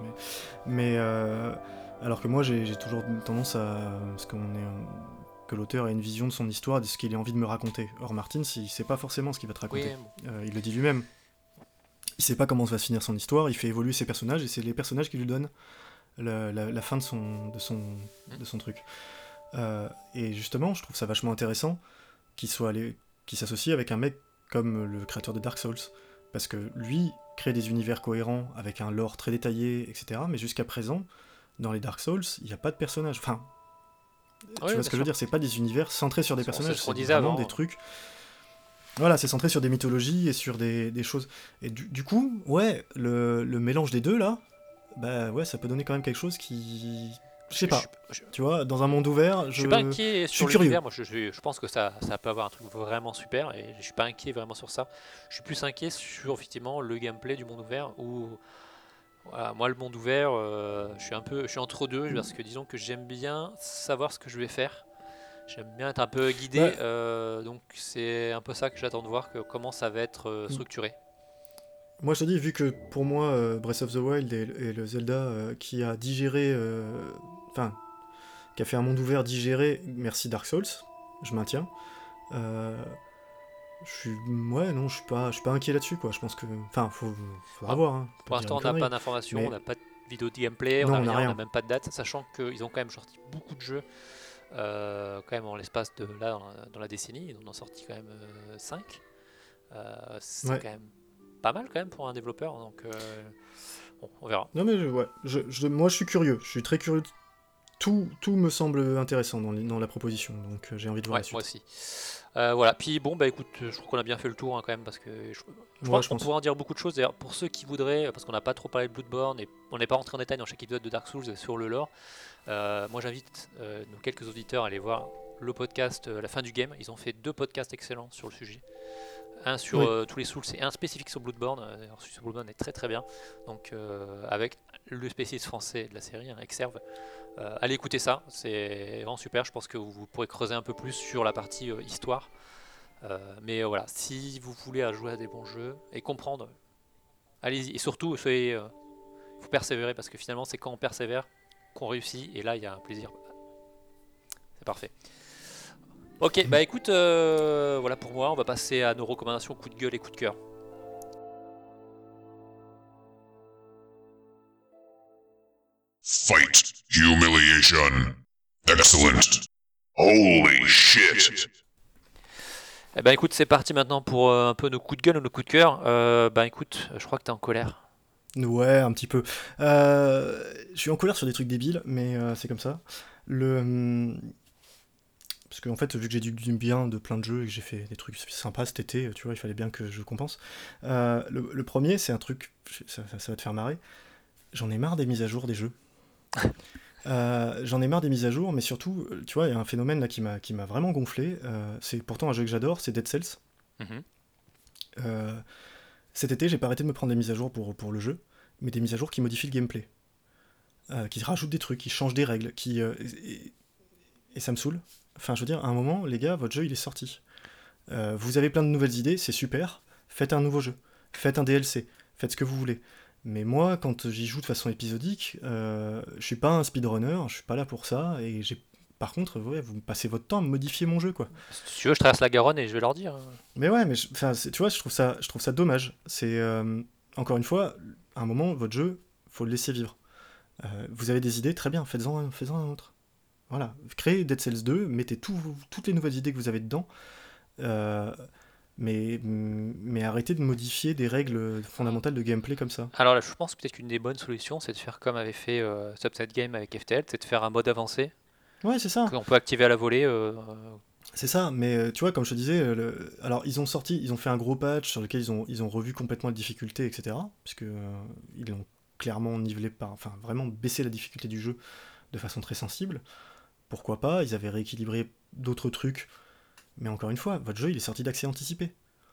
Alors que moi, j'ai toujours tendance à ce que l'auteur ait une vision de son histoire, de ce qu'il a envie de me raconter. Or, Martin, il sait pas forcément ce qu'il va te raconter. Oui, bon. Il le dit lui-même. Il sait pas comment va se finir son histoire, il fait évoluer ses personnages et c'est les personnages qui lui donnent la fin de son truc. Et justement, je trouve ça vachement intéressant qu'il s'associe avec un mec comme le créateur de Dark Souls. Parce que lui crée des univers cohérents avec un lore très détaillé, etc. Mais jusqu'à présent, dans les Dark Souls, il n'y a pas de personnages. Enfin, Oui, tu vois bien ce que je veux sûr. dire, c'est pas des univers centrés sur des C'est personnages, ce qu'on c'est disait vraiment des avant. trucs. Voilà, c'est centré sur des mythologies et sur des choses. Et du coup, ouais, le mélange des deux là, bah ouais, ça peut donner quand même quelque chose je sais je, pas. je- Tu vois, dans un monde ouvert, je suis pas inquiet suis sur curieux. l'univers. Moi, je pense que ça peut avoir un truc vraiment super et je suis pas inquiet vraiment sur ça. Je suis plus inquiet sur effectivement le gameplay du monde ouvert où voilà, moi le monde ouvert, je suis entre deux parce que disons que j'aime bien savoir ce que je vais faire. J'aime bien être un peu guidé, Bah, donc c'est un peu ça que j'attends de voir comment ça va être structuré. moi je te dis, vu que pour moi, Breath of the Wild et le Zelda qui a digéré. Enfin, qui a fait un monde ouvert digéré, merci Dark Souls, je maintiens. Euh, je suis. Ouais, non, je suis pas inquiet là-dessus, quoi. Je pense que. Enfin, faudra Ah, voir, hein. On peut pour dire l'instant, une on n'a pas connerie. d'informations, on Mais n'a pas de vidéo de gameplay, on non, n'a on n'a rien, on n'a rien. même pas de date, sachant qu'ils ont quand même sorti beaucoup de jeux quand même en l'espace de là dans la décennie, ils en ont sorti quand même 5. C'est Ouais. quand même pas mal quand même pour un développeur, donc bon, on verra. Non, mais ouais, moi je suis curieux. Je suis très curieux. Tout me semble intéressant dans la proposition, donc j'ai envie de voir Ouais, la moi suite. aussi. Voilà, puis bon, bah écoute, je trouve qu'on a bien fait le tour hein, quand même, parce que je Ouais, pense je qu'on pense. pourrait en dire beaucoup de choses. D'ailleurs, pour ceux qui voudraient, parce qu'on n'a pas trop parlé de Bloodborne et on n'est pas rentré en détail dans chaque épisode de Dark Souls sur le lore, moi j'invite nos quelques auditeurs à aller voir le podcast La fin du game. Ils ont fait 2 podcasts excellents sur le sujet. Un sur Oui. tous les Souls et un spécifique sur Bloodborne. D'ailleurs, celui sur Bloodborne est très très bien. Donc, avec le spécialiste français de la série, hein, Exerve. Allez écouter ça, c'est vraiment super. Je pense que vous pourrez creuser un peu plus sur la partie histoire. Mais voilà, si vous voulez jouer à des bons jeux et comprendre, allez-y. Et surtout, faut persévérer parce que finalement, c'est quand on persévère qu'on réussit. Et là, il y a un plaisir. C'est parfait. Ok, bah écoute, voilà pour moi. On va passer à nos recommandations coup de gueule et coup de cœur. Fight. Humiliation. Excellent. Holy shit. Eh ben écoute, c'est parti maintenant pour un peu nos coups de gueule ou nos coups de cœur. Bah écoute, je crois que t'es en colère. Ouais, un petit peu. Je suis en colère sur des trucs débiles, mais c'est comme ça. Parce que en fait, vu que j'ai du bien de plein de jeux et que j'ai fait des trucs sympas cet été, tu vois, il fallait bien que je compense. Le premier, c'est un truc, ça va te faire marrer. J'en ai marre des mises à jour des jeux. J'en ai marre des mises à jour, mais surtout, tu vois, il y a un phénomène là qui m'a vraiment gonflé. C'est pourtant un jeu que j'adore, c'est Dead Cells. Mhm. Euh, Cet été, j'ai pas arrêté de me prendre des mises à jour pour le jeu, mais des mises à jour qui modifient le gameplay, qui rajoutent des trucs, qui changent des règles, et ça me saoule. Enfin, je veux dire, à un moment, les gars, votre jeu il est sorti. Vous avez plein de nouvelles idées, c'est super. Faites un nouveau jeu, faites un DLC, faites ce que vous voulez. Mais moi, quand j'y joue de façon épisodique, je suis pas un speedrunner, je suis pas là pour ça, et j'ai. Par contre, ouais, vous me passez votre temps à me modifier mon jeu, quoi. Si tu veux, je traverse la Garonne et je vais leur dire. Mais ouais, mais enfin, tu vois, je trouve ça dommage. C'est encore une fois, à un moment, votre jeu, faut le laisser vivre. Vous avez des idées, très bien, faites-en un autre. Voilà, créez Dead Cells 2, mettez toutes les nouvelles idées que vous avez dedans, euh, mais arrêtez de modifier des règles fondamentales de gameplay comme ça. Alors là, je pense peut-être qu'une des bonnes solutions, c'est de faire comme avait fait Subset Game avec FTL, c'est de faire un mode avancé Ouais, c'est ça, qu'on peut activer à la volée. c'est ça. Mais tu vois, comme je te disais, alors ils ont fait un gros patch sur lequel ils ont revu complètement les difficultés, etc. Puisque ils ont clairement nivelé enfin vraiment baissé la difficulté du jeu de façon très sensible. Pourquoi pas, ils avaient rééquilibré d'autres trucs. Mais encore une fois, votre jeu, il est sorti d'accès anticipé.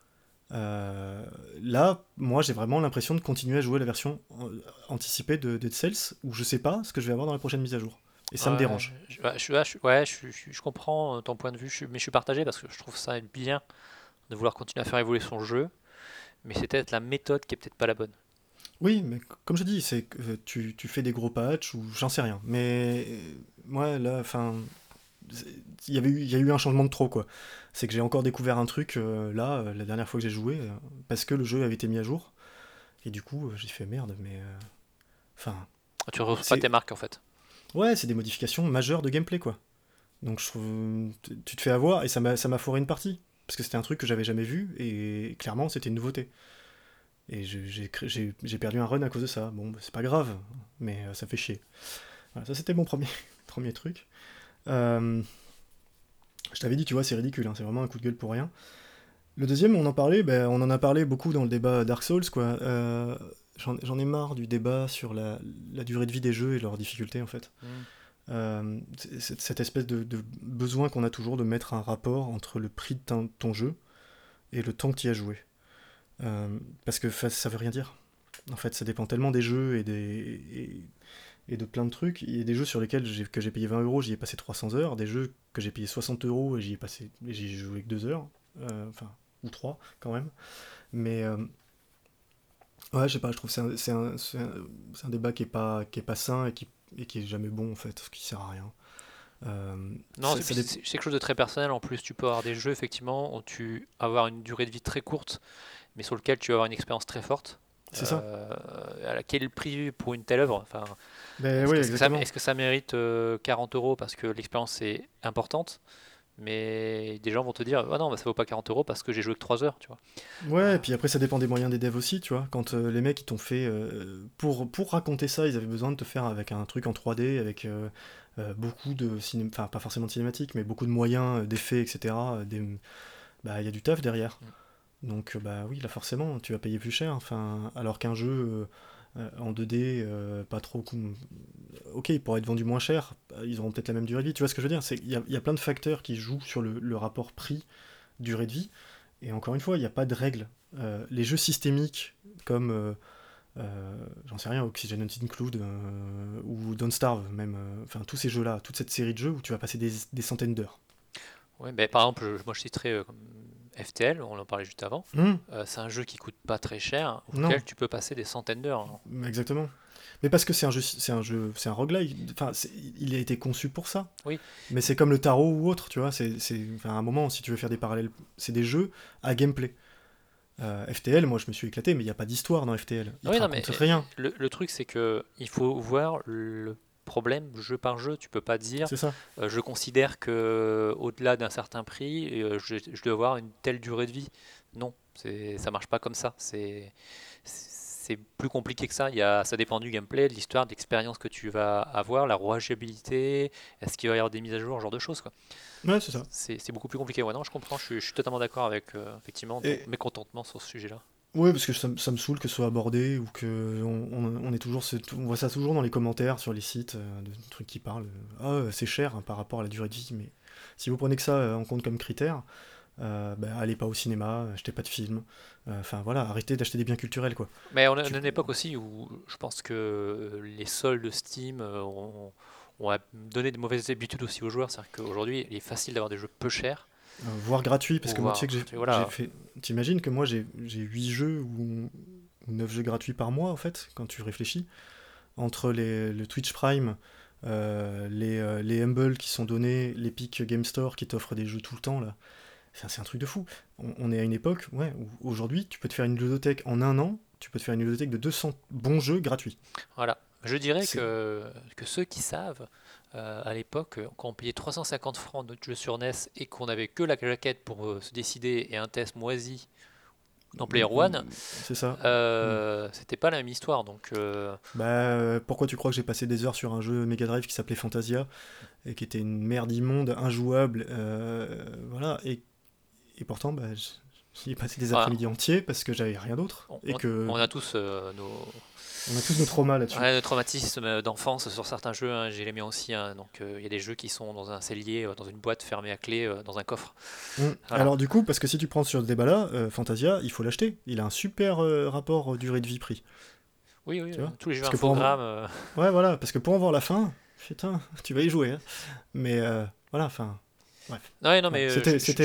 Là, moi, j'ai vraiment l'impression de continuer à jouer la version anticipée de Dead Cells, où je sais pas ce que je vais avoir dans la prochaine mise à jour. Et ça me Ouais, dérange. je comprends ton point de vue, mais je suis partagé parce que je trouve ça bien de vouloir continuer à faire évoluer son jeu, mais c'est peut-être la méthode qui est peut-être pas la bonne. Oui, mais comme je dis, c'est que tu fais des gros patchs, ou j'en sais rien. Mais moi, là, enfin, c'est- il y a eu un changement de trop, quoi. C'est que j'ai encore découvert un truc, là, la dernière fois que j'ai joué, parce que le jeu avait été mis à jour. Et du coup, j'ai fait merde, mais... Enfin, Tu ne retrouves pas c'est... tes marques en fait. Ouais, c'est des modifications majeures de gameplay, quoi. Donc je trouve, tu te fais avoir, et ça m'a foiré une partie. Parce que c'était un truc que j'avais jamais vu, et clairement, c'était une nouveauté. Et j'ai perdu un run à cause de ça. Bon, bah, c'est pas grave, mais ça fait chier. Voilà, ça c'était mon premier, premier truc. Euh, je t'avais dit, tu vois, c'est ridicule, hein, c'est vraiment un coup de gueule pour rien. Le deuxième, on en a parlé beaucoup dans le débat Dark Souls, quoi. J'en ai marre du débat sur la durée de vie des jeux et leur difficulté, en fait. Mm. Cette espèce de besoin qu'on a toujours de mettre un rapport entre le prix de ton jeu et le temps que tu y as joué. Parce que ça veut rien dire. En fait, ça dépend tellement des jeux et de plein de trucs. Il y a des jeux sur lesquels que j'ai payé 20 euros, j'y ai passé 300 heures. Des jeux que j'ai payé 60 euros et j'y ai joué que 2 heures. Enfin, ou 3 quand même. Mais ouais, je sais pas, je trouve que c'est un débat qui est pas sain et qui est jamais bon en fait, qui sert à rien. Non, c'est quelque chose de très personnel. En plus, tu peux avoir des jeux effectivement où tu vas avoir une durée de vie très courte, mais sur lequel tu vas avoir une expérience très forte. C'est ça. Quel est le prix pour une telle œuvre? Enfin, Ben oui, exactement. est-ce que ça mérite 40 euros parce que l'expérience est importante? Mais des gens vont te dire, ah non, bah, ça vaut pas 40 euros parce que j'ai joué que 3 heures, tu vois. Ouais, et puis après ça dépend des moyens des devs aussi, tu vois. Quand les mecs ils t'ont fait pour raconter ça, ils avaient besoin de te faire avec un truc en 3D, avec beaucoup de cinéma, enfin pas forcément de cinématique, mais beaucoup de moyens, d'effets, etc. Bah il y a du taf derrière. Donc bah oui, là forcément, tu vas payer plus cher. Enfin, alors qu'un jeu en 2D, pas trop, ok, il pourrait être vendu moins cher. Ils auront peut-être la même durée de vie. Tu vois ce que je veux dire? Il y a plein de facteurs qui jouent sur le rapport prix durée de vie. Et encore une fois, il n'y a pas de règle. Les jeux systémiques comme, j'en sais rien, Oxygen Include ou Don't Starve, même, enfin tous ces jeux-là, toute cette série de jeux où tu vas passer des centaines d'heures. Ouais, ben, par exemple, moi je citerai comme FTL, on en parlait juste avant. Hum, C'est un jeu qui coûte pas très cher, non, auquel tu peux passer des centaines d'heures, hein. exactement. Mais parce que c'est un roguelike. Enfin, il a été conçu pour ça. Oui, Mais c'est comme le tarot ou autre, tu vois. Enfin, à un moment, si tu veux faire des parallèles, c'est des jeux à gameplay. FTL, moi, je me suis éclaté, mais il n'y a pas d'histoire dans FTL. Il te oui, non, mais raconte rien. le truc c'est que il faut voir le problème jeu par jeu. Tu peux pas dire, C'est ça. je considère que au-delà d'un certain prix, je dois avoir une telle durée de vie. Non, ça marche pas comme ça. C'est plus compliqué que ça. Ça dépend du gameplay, de l'histoire, de l'expérience que tu vas avoir, la rejouabilité, est-ce qu'il va y avoir des mises à jour, ce genre de choses, quoi. Ouais, c'est ça. C'est beaucoup plus compliqué. Ouais, non, je comprends. Je suis totalement d'accord avec effectivement ton Et mécontentement sur ce sujet-là. ouais, parce que ça me saoule que ce soit abordé ou que on est toujours, on voit ça toujours dans les commentaires sur les sites, de trucs qui parlent. Ah, c'est cher hein, par rapport à la durée de vie, mais si vous prenez que ça en compte comme critère, bah, allez pas au cinéma, achetez pas de films. Enfin voilà, arrêtez d'acheter des biens culturels quoi. Mais on a Tu- une époque aussi où je pense que les soldes Steam ont donné de mauvaises habitudes aussi aux joueurs. C'est-à-dire qu'aujourd'hui, il est facile d'avoir des jeux peu chers Voire gratuit, parce pour que moi tu sais voir. que j'ai Voilà. fait. T'imagines que moi j'ai 8 jeux ou 9 jeux gratuits par mois en fait, quand tu réfléchis, entre le Twitch Prime. Les Humble qui sont donnés, l'Epic Game Store qui t'offre des jeux tout le temps là. Enfin, c'est un truc de fou. On est à une époque, ouais, où aujourd'hui, tu peux te faire une ludothèque en un an, tu peux te faire une ludothèque de 200 bons jeux gratuits. Voilà. Je dirais C'est... que ceux qui savent, à l'époque, quand on payait 350 francs notre jeu sur NES et qu'on avait que la jaquette pour se décider et un test moisi dans Player One, C'est ça. Mm. c'était pas la même histoire. Donc, Bah, pourquoi tu crois que j'ai passé des heures sur un jeu Mega Drive qui s'appelait Fantasia et qui était une merde immonde, injouable, voilà, et pourtant, bah, j'y ai passé des voilà, après-midi entiers parce que j'avais rien d'autre on, et on- que on a tous on a tous nos traumas là-dessus. ouais, nos traumatismes d'enfance sur certains jeux, hein, j'ai les miens aussi, hein. Donc, il y a des jeux qui sont dans un cellier, dans une boîte fermée à clé, dans un coffre. Mm. Voilà. Alors du coup, parce que si tu prends sur ce débat-là, Fantasia, il faut l'acheter. Il a un super rapport durée de vie prix. Oui, oui, Tu vois tous les jeux Parce que pour infogrammes. Ouais, voilà, parce que pour en voir la fin, putain, tu vas y jouer. Hein. Mais voilà, enfin, bref. Ouais, non, Ouais, mais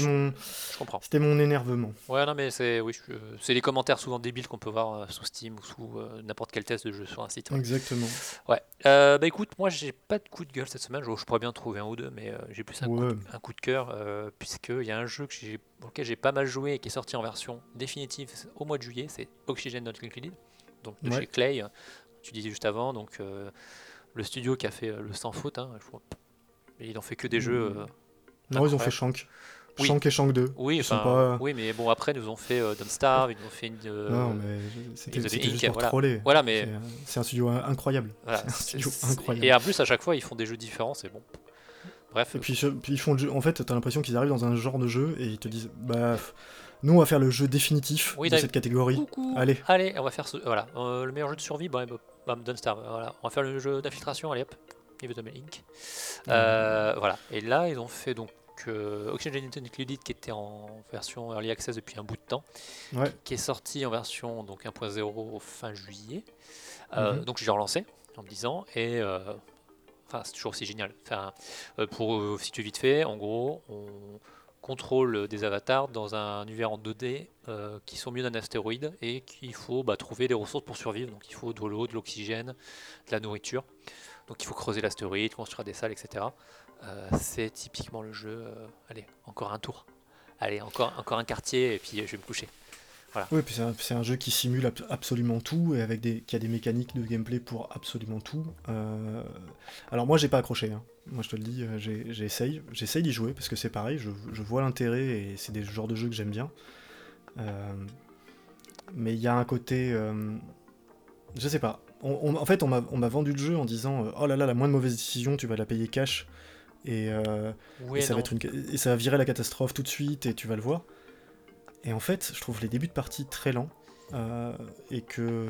je comprends. c'était mon énervement. Ouais, non, mais c'est les commentaires souvent débiles qu'on peut voir sous Steam ou sous n'importe quel test de jeu sur un site. Ouais. Exactement. Ouais. Bah écoute, moi j'ai pas de coup de gueule cette semaine. Je pourrais bien trouver un ou deux, mais j'ai plus Ouais. un coup de cœur puisqu'il y a un jeu auquel j'ai pas mal joué et qui est sorti en version définitive au mois de juillet. C'est Oxygen Not Included, donc de Ouais. chez Clay. Tu disais juste avant, donc le studio qui a fait le Sans Faute. Hein, il en fait que des jeux. Non, ils ont fait Incroyables. Shank. Oui. Shank et Shank 2. Oui, Ils sont enfin, pas. oui, mais bon, après, ils nous ont fait Don't Starve, ils nous ont fait Non, mais ils nous c'était ont fait juste Inc, pour voilà. troller. Voilà, mais C'est un studio incroyable. voilà, C'est un studio et incroyable. en plus, à chaque fois, ils font des jeux différents, c'est bon. Bref, Et puis ils font le jeu. En fait, t'as l'impression qu'ils arrivent dans un genre de jeu et ils te disent, bah, nous on va faire le jeu définitif oui, de cette catégorie. coucou. Allez. Allez, on va faire voilà, le meilleur jeu de survie, bon, bam, Don't Starve, voilà. On va faire le jeu d'infiltration, allez hop. Evil Inc. Voilà. Et là, ils ont fait donc Oxygen Included, qui était en version Early Access depuis un bout de temps, Ouais. qui est sorti en version donc 1.0 fin juillet. Mhm. Donc j'ai relancé en me disant, et c'est toujours aussi génial. Pour si tu vite fait, en gros, on contrôle des avatars dans un univers en 2D qui sont mieux d'un astéroïde et qu'il faut trouver des ressources pour survivre. Donc il faut de l'eau, de l'oxygène, de la nourriture. Donc il faut creuser l'astéroïde, construire des salles, etc. C'est typiquement le jeu. Allez, encore un tour. Allez, encore un quartier et puis je vais me coucher. Voilà. Oui, puis c'est un jeu qui simule absolument tout et qui a des mécaniques de gameplay pour absolument tout. Alors moi j'ai pas accroché, hein. Moi je te le dis, j'essaye d'y jouer parce que c'est pareil, je vois l'intérêt et c'est des genres de jeux que j'aime bien. Mais il y a un côté, je sais pas. En fait on m'a vendu le jeu en disant oh là là, la moindre mauvaise décision tu vas la payer cash et ça va et ça va virer la catastrophe tout de suite et tu vas le voir. Et en fait, je trouve les débuts de partie très lents et que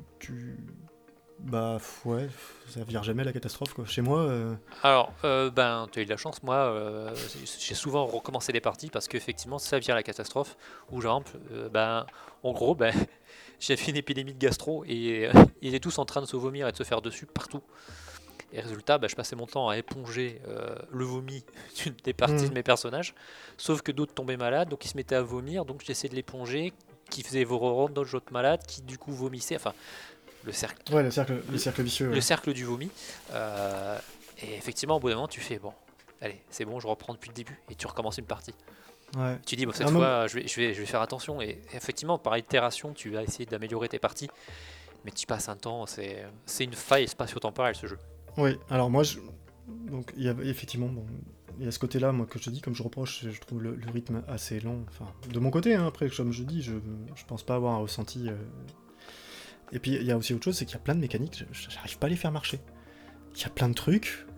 ouais, ça vire jamais la catastrophe quoi. Chez moi. Alors, tu as eu de la chance. Moi, j'ai souvent recommencé les parties parce qu'effectivement, ça vire la catastrophe. Ou genre, en gros, j'ai fait une épidémie de gastro et ils étaient tous en train de se vomir et de se faire dessus partout. Et résultat, je passais mon temps à éponger le vomi des parties de mes personnages, sauf que d'autres tombaient malades, donc ils se mettaient à vomir, donc j'essayais de l'éponger, qui faisait rendre d'autres autres malades, qui du coup vomissaient, enfin le cercle. Ouais, le cercle vicieux. Le cercle du vomi. Et effectivement, au bout d'un moment, tu fais bon, allez, c'est bon, je reprends depuis le début, et tu recommences une partie. Ouais. Tu dis bon, cette fois, je vais faire attention, et effectivement, par itération, tu vas essayer d'améliorer tes parties, mais tu passes un temps, c'est une faille spatio-temporelle ce jeu. Oui, alors moi, donc il y a effectivement, il y a ce côté-là, moi, que je te dis, comme je reproche, je trouve le rythme assez long, enfin, de mon côté, hein, après, comme je dis, je pense pas avoir un ressenti... Et puis, il y a aussi autre chose, c'est qu'il y a plein de mécaniques, j'arrive pas à les faire marcher. Il y a plein de trucs,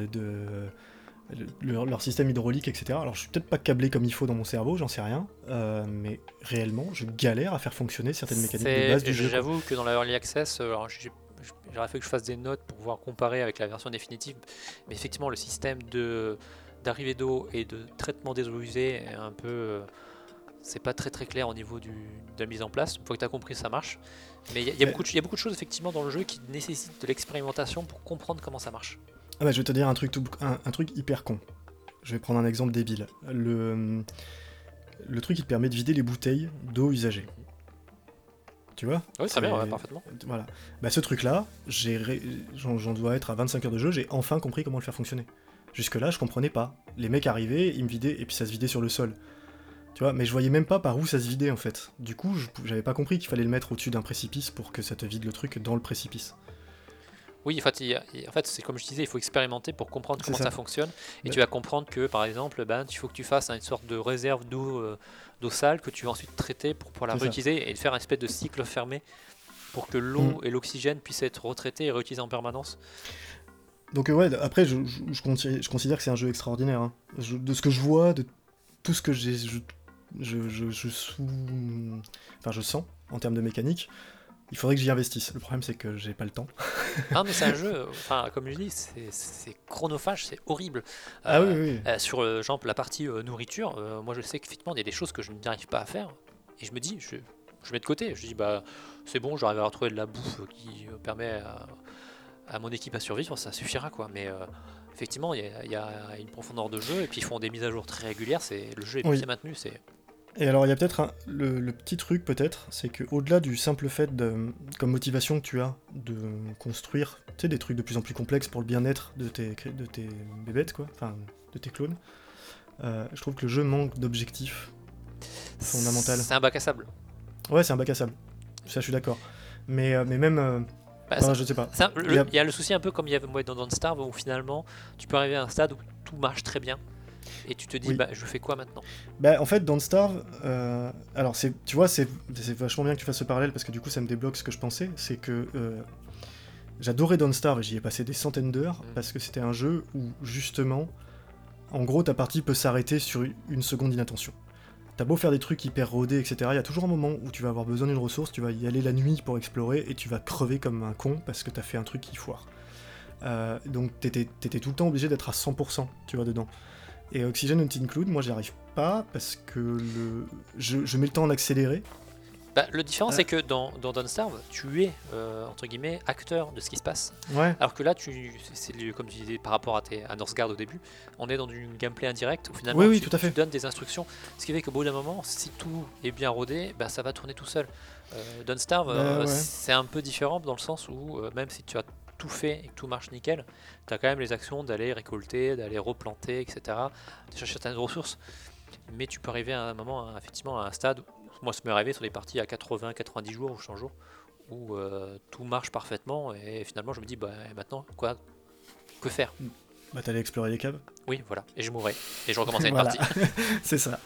leur système hydraulique, etc. Alors, je suis peut-être pas câblé comme il faut dans mon cerveau, j'en sais rien, mais réellement, je galère à faire fonctionner certaines mécaniques de base du jeu. J'avoue que dans la Early Access, j'aurais fait que je fasse des notes pour pouvoir comparer avec la version définitive, mais effectivement le système d'arrivée d'eau et de traitement des eaux usées est un peu... c'est pas très très clair au niveau de la mise en place. Une fois que tu as compris, ça marche. Mais il y a beaucoup de choses effectivement dans le jeu qui nécessitent de l'expérimentation pour comprendre comment ça marche. Je vais te dire un truc hyper con. Je vais prendre un exemple débile. Le truc qui te permet de vider les bouteilles d'eau usagée. Tu vois ? Oui, très bien, ouais, parfaitement. Voilà. Ce truc-là, j'en dois être à 25 heures de jeu, j'ai enfin compris comment le faire fonctionner. Jusque-là, je comprenais pas. Les mecs arrivaient, ils me vidaient, et puis ça se vidait sur le sol. Tu vois, mais je voyais même pas par où ça se vidait en fait. Du coup, j'avais pas compris qu'il fallait le mettre au-dessus d'un précipice pour que ça te vide le truc dans le précipice. Oui, en fait, c'est comme je disais, il faut expérimenter pour comprendre comment ça fonctionne. Et tu vas comprendre que, par exemple, il faut que tu fasses une sorte de réserve d'eau sale que tu vas ensuite traiter pour pouvoir la réutiliser et faire un espèce de cycle fermé pour que l'eau et l'oxygène puissent être retraités et réutilisés en permanence. Donc ouais, après, je considère que c'est un jeu extraordinaire. Hein. De ce que je vois, de tout ce que je sens en termes de mécanique, il faudrait que j'y investisse. Le problème, c'est que j'ai pas le temps. Ah, mais c'est un jeu, comme je dis, c'est chronophage, c'est horrible. Oui. Sur la partie nourriture, moi je sais qu'effectivement, il y a des choses que je n'arrive pas à faire. Et je me dis, je mets de côté. Je dis, c'est bon, j'arrive à retrouver de la bouffe qui permet à mon équipe à survivre, ça suffira, quoi. Mais effectivement, il y a une profondeur de jeu, et puis ils font des mises à jour très régulières. Le jeu est bien maintenu, Et alors il y a peut-être le petit truc peut-être, c'est que au-delà du simple fait comme motivation que tu as de construire, des trucs de plus en plus complexes pour le bien-être de tes bébêtes quoi, enfin de tes clones, je trouve que le jeu manque d'objectifs fondamental. C'est un bac à sable. Ouais, c'est un bac à sable. Ça, je suis d'accord. Mais même. Je sais pas. Il y a le souci un peu comme il y avait dans Don't Starve où finalement tu peux arriver à un stade où tout marche très bien. Et tu te dis, je fais quoi maintenant ? En fait, Don't Starve, alors tu vois, c'est vachement bien que tu fasses ce parallèle parce que du coup, ça me débloque ce que je pensais. C'est que j'adorais Don't Starve et j'y ai passé des centaines d'heures parce que c'était un jeu où, justement, en gros, ta partie peut s'arrêter sur une seconde d'inattention. T'as beau faire des trucs hyper rodés, etc., il y a toujours un moment où tu vas avoir besoin d'une ressource, tu vas y aller la nuit pour explorer et tu vas crever comme un con parce que t'as fait un truc qui foire. Donc t'étais tout le temps obligé d'être à 100%, tu vois, dedans. Et Oxygen Not Include, moi j'y arrive pas parce que je mets le temps en accéléré. Bah, le différent, c'est que dans Don't Starve, tu es, entre guillemets, acteur de ce qui se passe. Ouais. Alors que là, comme tu disais par rapport à Northgard au début, on est dans du gameplay indirect où finalement Oui, tout à fait. tu donnes des instructions. Ce qui fait qu'au bout d'un moment, si tout est bien rodé, bah, ça va tourner tout seul. Don't Starve, Ouais. c'est un peu différent dans le sens où même si tu as tout fait et que tout marche nickel, tu as quand même les actions d'aller récolter, d'aller replanter, etc., de chercher certaines ressources. Mais tu peux arriver à un moment, effectivement, à un stade, moi ça m'est arrivé sur des parties à 80-90 jours ou 100 jours, où tout marche parfaitement, et finalement je me dis, bah maintenant, quoi, que faire? Bah t'allais explorer les caves. Oui, voilà, et je mourrais, et je recommençais une Voilà. partie. C'est ça.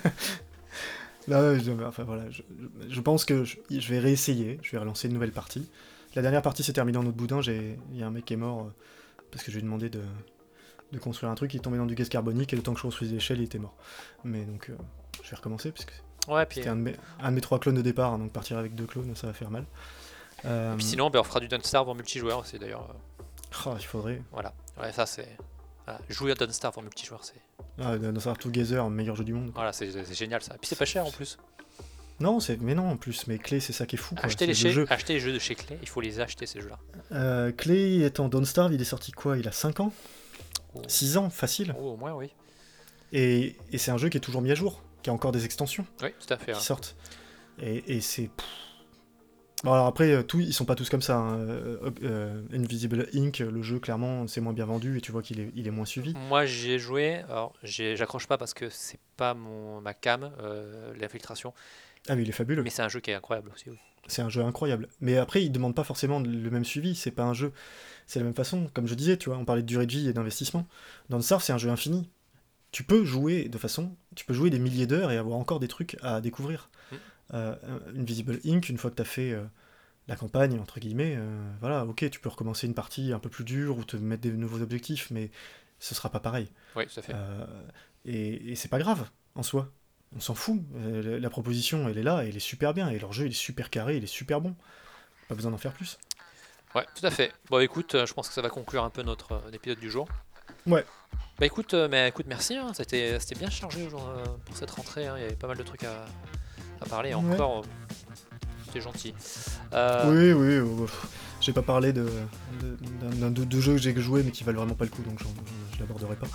Là, enfin voilà, je pense que je vais réessayer, je vais relancer une nouvelle partie. La dernière partie s'est terminée en autre boudin, il y a un mec qui est mort parce que je lui ai demandé de construire un truc, il est tombé dans du gaz carbonique et le temps que je construise l'échelle, il était mort. Mais donc je vais recommencer parce que Ouais, puis, c'était un de mes 3 clones de départ, hein, donc partir avec 2 clones, ça va faire mal. et puis sinon, ben, on fera du Don't Starve en multijoueur aussi d'ailleurs. Il faudrait. Voilà, ouais, ça c'est. Voilà. Jouer à Don't Starve en multijoueur, c'est. Dans Star Together, meilleur jeu du monde. Voilà, c'est génial ça. Et puis c'est pas cher en plus. Non, mais non en plus, mais Clay, c'est ça qui est fou. Quoi. Acheter les jeux. jeux de chez Clay, il faut les acheter ces jeux-là. Clay étant Don't Starve, il est sorti quoi? Il a 5 ans? 6 ans, facile. Oh, au moins, oui. Et c'est un jeu qui est toujours mis à jour, qui a encore des extensions Oui, tout à fait. qui sortent. Et c'est... Bon, alors après, ils sont pas tous comme ça. Hein. Invisible Inc., le jeu, clairement, c'est moins bien vendu et tu vois qu'il est moins suivi. Moi, j'y ai joué. Alors, j'accroche pas parce que c'est pas ma cam, l'infiltration. Ah oui, il est fabuleux. Mais c'est un jeu qui est incroyable aussi. Oui. C'est un jeu incroyable. Mais après, il demande pas forcément le même suivi. C'est pas un jeu... C'est la même façon. Comme je disais, tu vois, on parlait de durée de vie et d'investissement. Dans le Starve, c'est un jeu infini. Tu peux jouer des milliers d'heures et avoir encore des trucs à découvrir. Invisible Inc., une fois que tu as fait la campagne, entre guillemets, voilà, ok, tu peux recommencer une partie un peu plus dure ou te mettre des nouveaux objectifs, mais ce sera pas pareil. Oui, tout à fait. Et c'est pas grave, en soi. On s'en fout. La proposition, elle est là, et elle est super bien, et leur jeu, il est super carré, il est super bon. Pas besoin d'en faire plus. Ouais, tout à fait. Bon, écoute, je pense que ça va conclure un peu notre épisode du jour. Ouais. Bah écoute, merci, hein, c'était bien chargé pour cette rentrée, hein, il y avait pas mal de trucs à parler, encore, c'était gentil. Oui, j'ai pas parlé de jeux que j'ai joué mais qui valent vraiment pas le coup, donc je l'aborderai pas.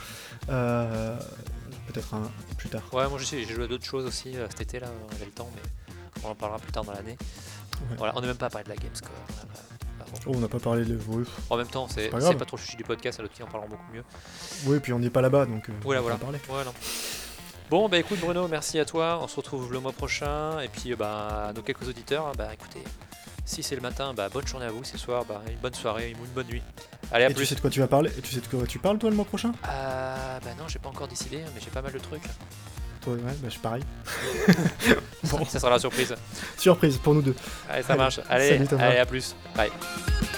Peut-être un plus tard. Ouais, moi j'ai joué à d'autres choses aussi cet été, là, on avait le temps, mais on en parlera plus tard dans l'année. Ouais. Voilà, on n'a même pas parlé de la Gamescom. On n'a pas parlé de... Oui. En même temps, c'est pas trop le sujet du podcast, à l'autre qui en parleront beaucoup mieux. Oui, puis on n'est pas là-bas, donc voilà. on va en parler. Ouais, non. Bon, bah écoute Bruno, merci à toi, on se retrouve le mois prochain, et puis à nos quelques auditeurs, écoutez, si c'est le matin, bonne journée à vous, si c'est le soir, une bonne soirée, une bonne nuit. Allez, à plus. Tu sais de quoi tu vas parler? Tu sais de quoi tu parles toi le mois prochain? Non, j'ai pas encore décidé, mais j'ai pas mal de trucs. Toi, ouais, je suis pareil. Bon. Ça sera la surprise. Surprise pour nous deux. Allez, ça marche. Allez, à plus. Bye.